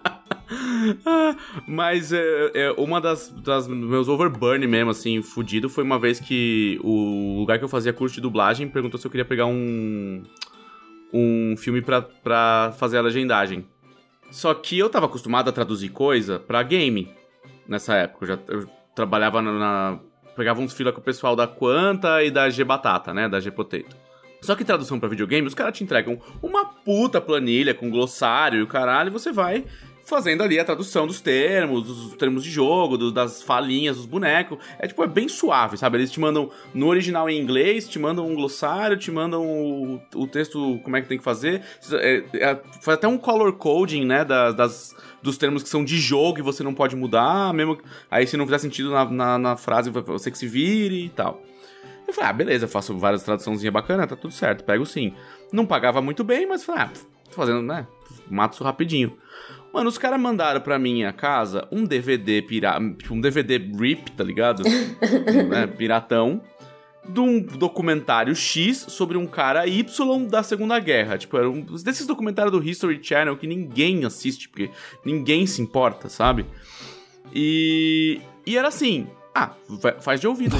Mas é, é, uma das, das meus overburn mesmo, assim, fudido, foi uma vez que o lugar que eu fazia curso de dublagem perguntou se eu queria pegar um um filme pra, pra fazer a legendagem. Só que eu tava acostumado a traduzir coisa pra game nessa época. Eu já eu trabalhava na, na... Pegava uns fila com o pessoal da Quanta e da G-Batata, né, da G-Potato. Só que tradução pra videogame, os caras te entregam uma puta planilha com glossário e o caralho, e você vai fazendo ali a tradução dos termos, dos termos de jogo, dos, das falinhas, dos bonecos. É tipo, é bem suave, sabe? Eles te mandam no original em inglês, te mandam um glossário, te mandam o, o texto, como é que tem que fazer. É, é, faz até um color coding, né, das, das, dos termos que são de jogo e você não pode mudar, mesmo. Aí se não fizer sentido na, na, na frase, você que se vire e tal. Eu falei, ah, beleza, eu faço várias traduçõezinhas bacanas, tá tudo certo, pego sim. Não pagava muito bem, mas falei, ah, tô fazendo, né, mato isso rapidinho. Mano, os caras mandaram pra minha casa um D V D pirata, tipo um D V D R I P, tá ligado? né, piratão, de um documentário X sobre um cara Y da Segunda Guerra. Tipo, era um desses documentários do History Channel que ninguém assiste, porque ninguém se importa, sabe? E, e era assim, ah, faz de ouvido.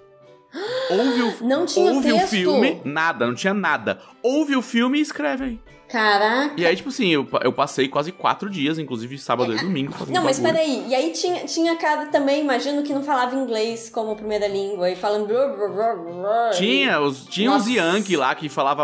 Ouve o, não tinha ouve texto. o filme, nada, não tinha nada. Ouve o filme e escreve aí. Caraca. E aí, tipo assim, eu, eu passei quase quatro dias, inclusive sábado e domingo, fazendo Não, mas bagulho. peraí. E aí tinha, tinha cara também, imagino, que não falava inglês como primeira língua. E falando... Tinha, os, tinha Nossa. uns Yankee lá que falava...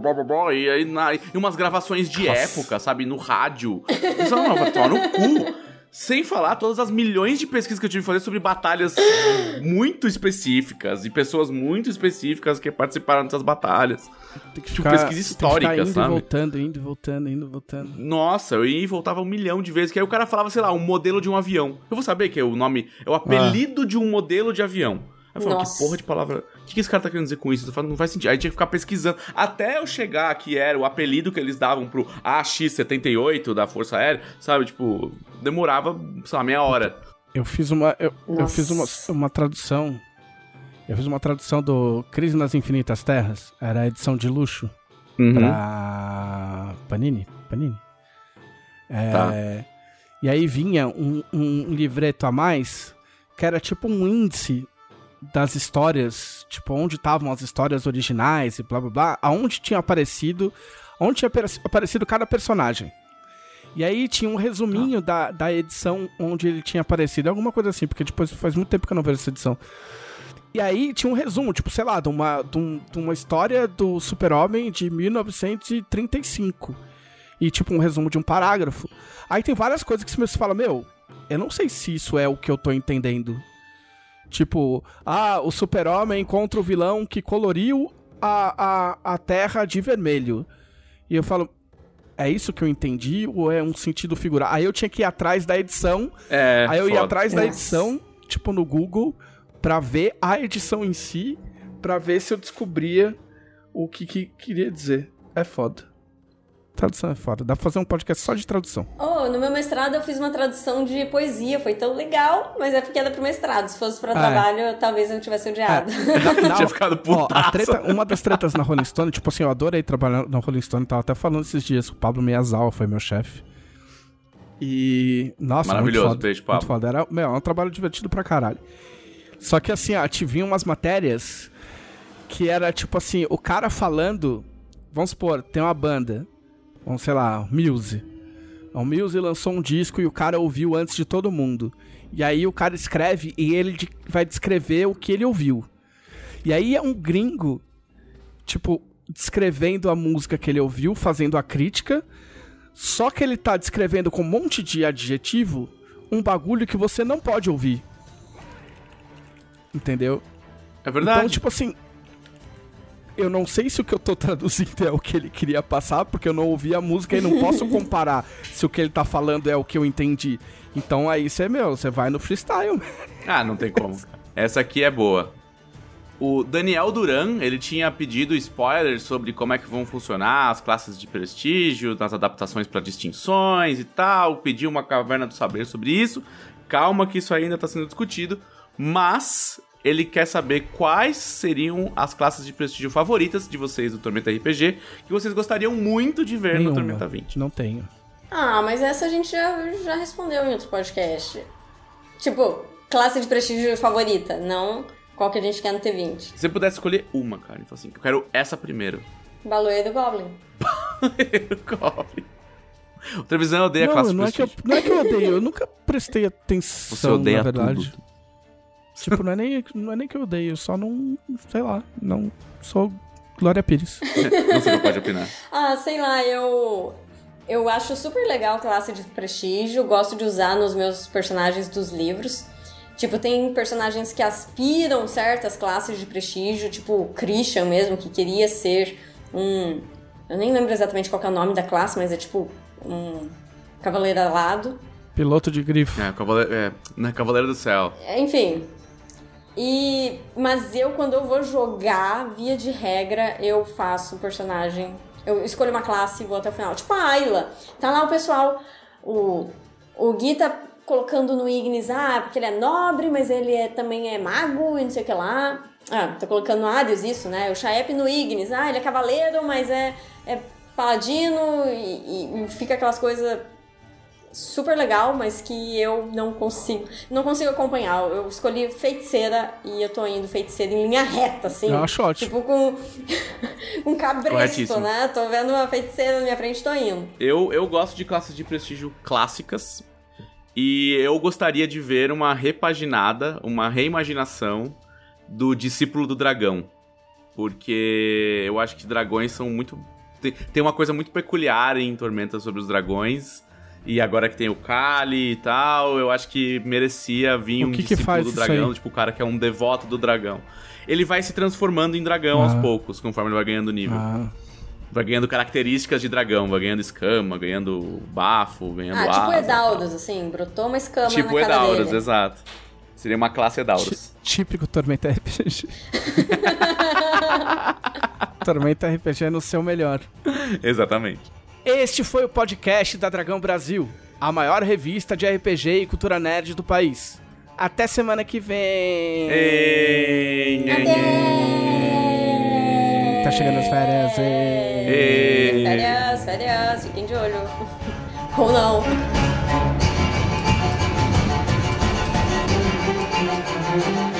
E aí, na, e umas gravações de Nossa. época, sabe? No rádio. Isso não, vai tomar no cu. Sem falar todas as milhões de pesquisas que eu tive que fazer sobre batalhas muito específicas. E pessoas muito específicas que participaram dessas batalhas. Tem que Tipo, ficar, pesquisa tem que histórica, ficar indo sabe? e voltando, indo e voltando, indo e voltando. Nossa, eu ia e voltava um milhão de vezes. Que aí o cara falava, sei lá, um modelo de um avião. Eu vou saber que é o nome... É o apelido ah. de um modelo de avião. Aí eu falo, que porra de palavra... O que, que esse cara tá querendo dizer com isso? Eu falo, não faz sentido. Aí tinha que ficar pesquisando. Até eu chegar que era o apelido que eles davam pro A X setenta e oito da Força Aérea, sabe? Tipo, demorava, sei lá, meia hora. Eu fiz uma... Eu, eu fiz uma, uma tradução... Eu fiz uma tradução do Crise nas Infinitas Terras. Era a edição de luxo. Uhum. Pra... Panini? Panini. É... Tá. E aí vinha um, um livreto a mais, que era tipo um índice das histórias, tipo, onde estavam as histórias originais e blá blá blá, aonde tinha aparecido, onde tinha aparecido cada personagem. E aí tinha um resuminho ah. da, da edição onde ele tinha aparecido, alguma coisa assim, porque depois faz muito tempo que eu não vejo essa edição. E aí tinha um resumo, tipo, sei lá, de uma, de um, de uma história do Super-Homem de mil novecentos e trinta e cinco. E tipo, um resumo de um parágrafo. Aí tem várias coisas que você fala, meu, eu não sei se isso é o que eu tô entendendo. Tipo, ah, o Super-Homem encontra o vilão que coloriu a, a, a Terra de vermelho. E eu falo, é isso que eu entendi ou é um sentido figurado? Aí eu tinha que ir atrás da edição. É, aí eu foda. ia atrás da edição, tipo, no Google, pra ver a edição em si, pra ver se eu descobria o que, que queria dizer. É foda. Tradução é foda. Dá pra fazer um podcast só de tradução. Oh, no meu mestrado eu fiz uma tradução de poesia. Foi tão legal, mas é porque era pro mestrado. Se fosse pra ah, trabalho, é. talvez eu tivesse odiado. É. Na, na, tinha ficado putaça. Ó, a treta, uma das tretas na Rolling Stone, tipo assim, eu adorei trabalhar na Rolling Stone. Tava até falando esses dias. O Pablo Miyazawa foi meu chefe. E... Nossa, maravilhoso, muito foda, beijo, Pablo. Muito foda. Era, meu, é um trabalho divertido pra caralho. Só que assim, ó, tinha umas matérias que era tipo assim, o cara falando... Vamos supor, tem uma banda... Vamos, sei lá, Muse. O Muse lançou um disco e o cara ouviu antes de todo mundo. E aí o cara escreve e ele de, vai descrever o que ele ouviu. E aí é um gringo, tipo, descrevendo a música que ele ouviu, fazendo a crítica. Só que ele tá descrevendo com um monte de adjetivo um bagulho que você não pode ouvir. Entendeu? É verdade. Então, tipo assim... Eu não sei se o que eu tô traduzindo é o que ele queria passar, porque eu não ouvi a música e não posso comparar se o que ele tá falando é o que eu entendi. Então aí você, meu, você vai no freestyle. Ah, não tem como. Essa aqui é boa. O Daniel Duran, ele tinha pedido spoilers sobre como é que vão funcionar as classes de prestígio, nas adaptações para distinções e tal. Pediu uma caverna do saber sobre isso. Calma que isso ainda tá sendo discutido. Mas... ele quer saber quais seriam as classes de prestígio favoritas de vocês do Tormenta R P G, que vocês gostariam muito de ver Nenhuma. no Tormenta vinte. Não tenho. Ah, mas essa a gente já, já respondeu em outro podcast. Tipo, classe de prestígio favorita, não qual que a gente quer no T vinte. Se você pudesse escolher uma, cara, então assim, eu quero essa primeiro. Baloeiro Goblin. Baloeiro Goblin. O Trevisan odeia não, a classe não de prestígio. É que eu, não é que eu odeio, eu nunca prestei atenção, você odeia na verdade. Tudo. Tipo, não é, nem, não é nem que eu odeio, eu só não, sei lá, não sou Glória Pires. Você não pode opinar. Ah, sei lá, eu... Eu acho super legal a classe de prestígio, gosto de usar nos meus personagens dos livros. Tipo, tem personagens que aspiram certas classes de prestígio, tipo o Christian mesmo, que queria ser um... Eu nem lembro exatamente qual que é o nome da classe, mas é tipo um cavaleiro alado. Piloto de grifo. É, cavaleiro, é, não é Cavaleiro do Céu. Enfim... E, mas eu, quando eu vou jogar, via de regra, eu faço um personagem... Eu escolho uma classe e vou até o final. Tipo a Ayla. Tá lá o pessoal... O, o Gui tá colocando no Ignis, ah, porque ele é nobre, mas ele é, também é mago e não sei o que lá. Ah, tô colocando no Hades isso, né? O Chaep no Ignis. Ah, ele é cavaleiro, mas é, é paladino e, e fica aquelas coisas super legal, mas que eu não consigo não consigo acompanhar. Eu escolhi feiticeira e eu tô indo feiticeira em linha reta, assim. Eu acho ótimo. Tipo com um cabresto, né? Tô vendo uma feiticeira na minha frente e tô indo. Eu, eu gosto de classes de prestígio clássicas e eu gostaria de ver uma repaginada, uma reimaginação do Discípulo do Dragão. Porque eu acho que dragões são muito... Tem, tem uma coisa muito peculiar em Tormenta sobre os dragões. E agora que tem o Kali e tal, eu acho que merecia vir o um que discípulo que faz do dragão, tipo o cara que é um devoto do dragão. Ele vai se transformando em dragão ah. aos poucos, conforme ele vai ganhando nível. Ah. Vai ganhando características de dragão, vai ganhando escama, ganhando bafo, ganhando ah, asa. Tipo Edaldos, assim, brotou uma escama tipo na cara Edaldos, dele. exato. Seria uma classe Edaldos. Típico Tormenta R P G. Tormenta R P G no seu melhor. Exatamente. Este foi o podcast da Dragão Brasil, a maior revista de R P G e cultura nerd do país. Até semana que vem. Ei, Até! Tá chegando as férias. Ei. Férias, férias, fiquem de olho. Ou não.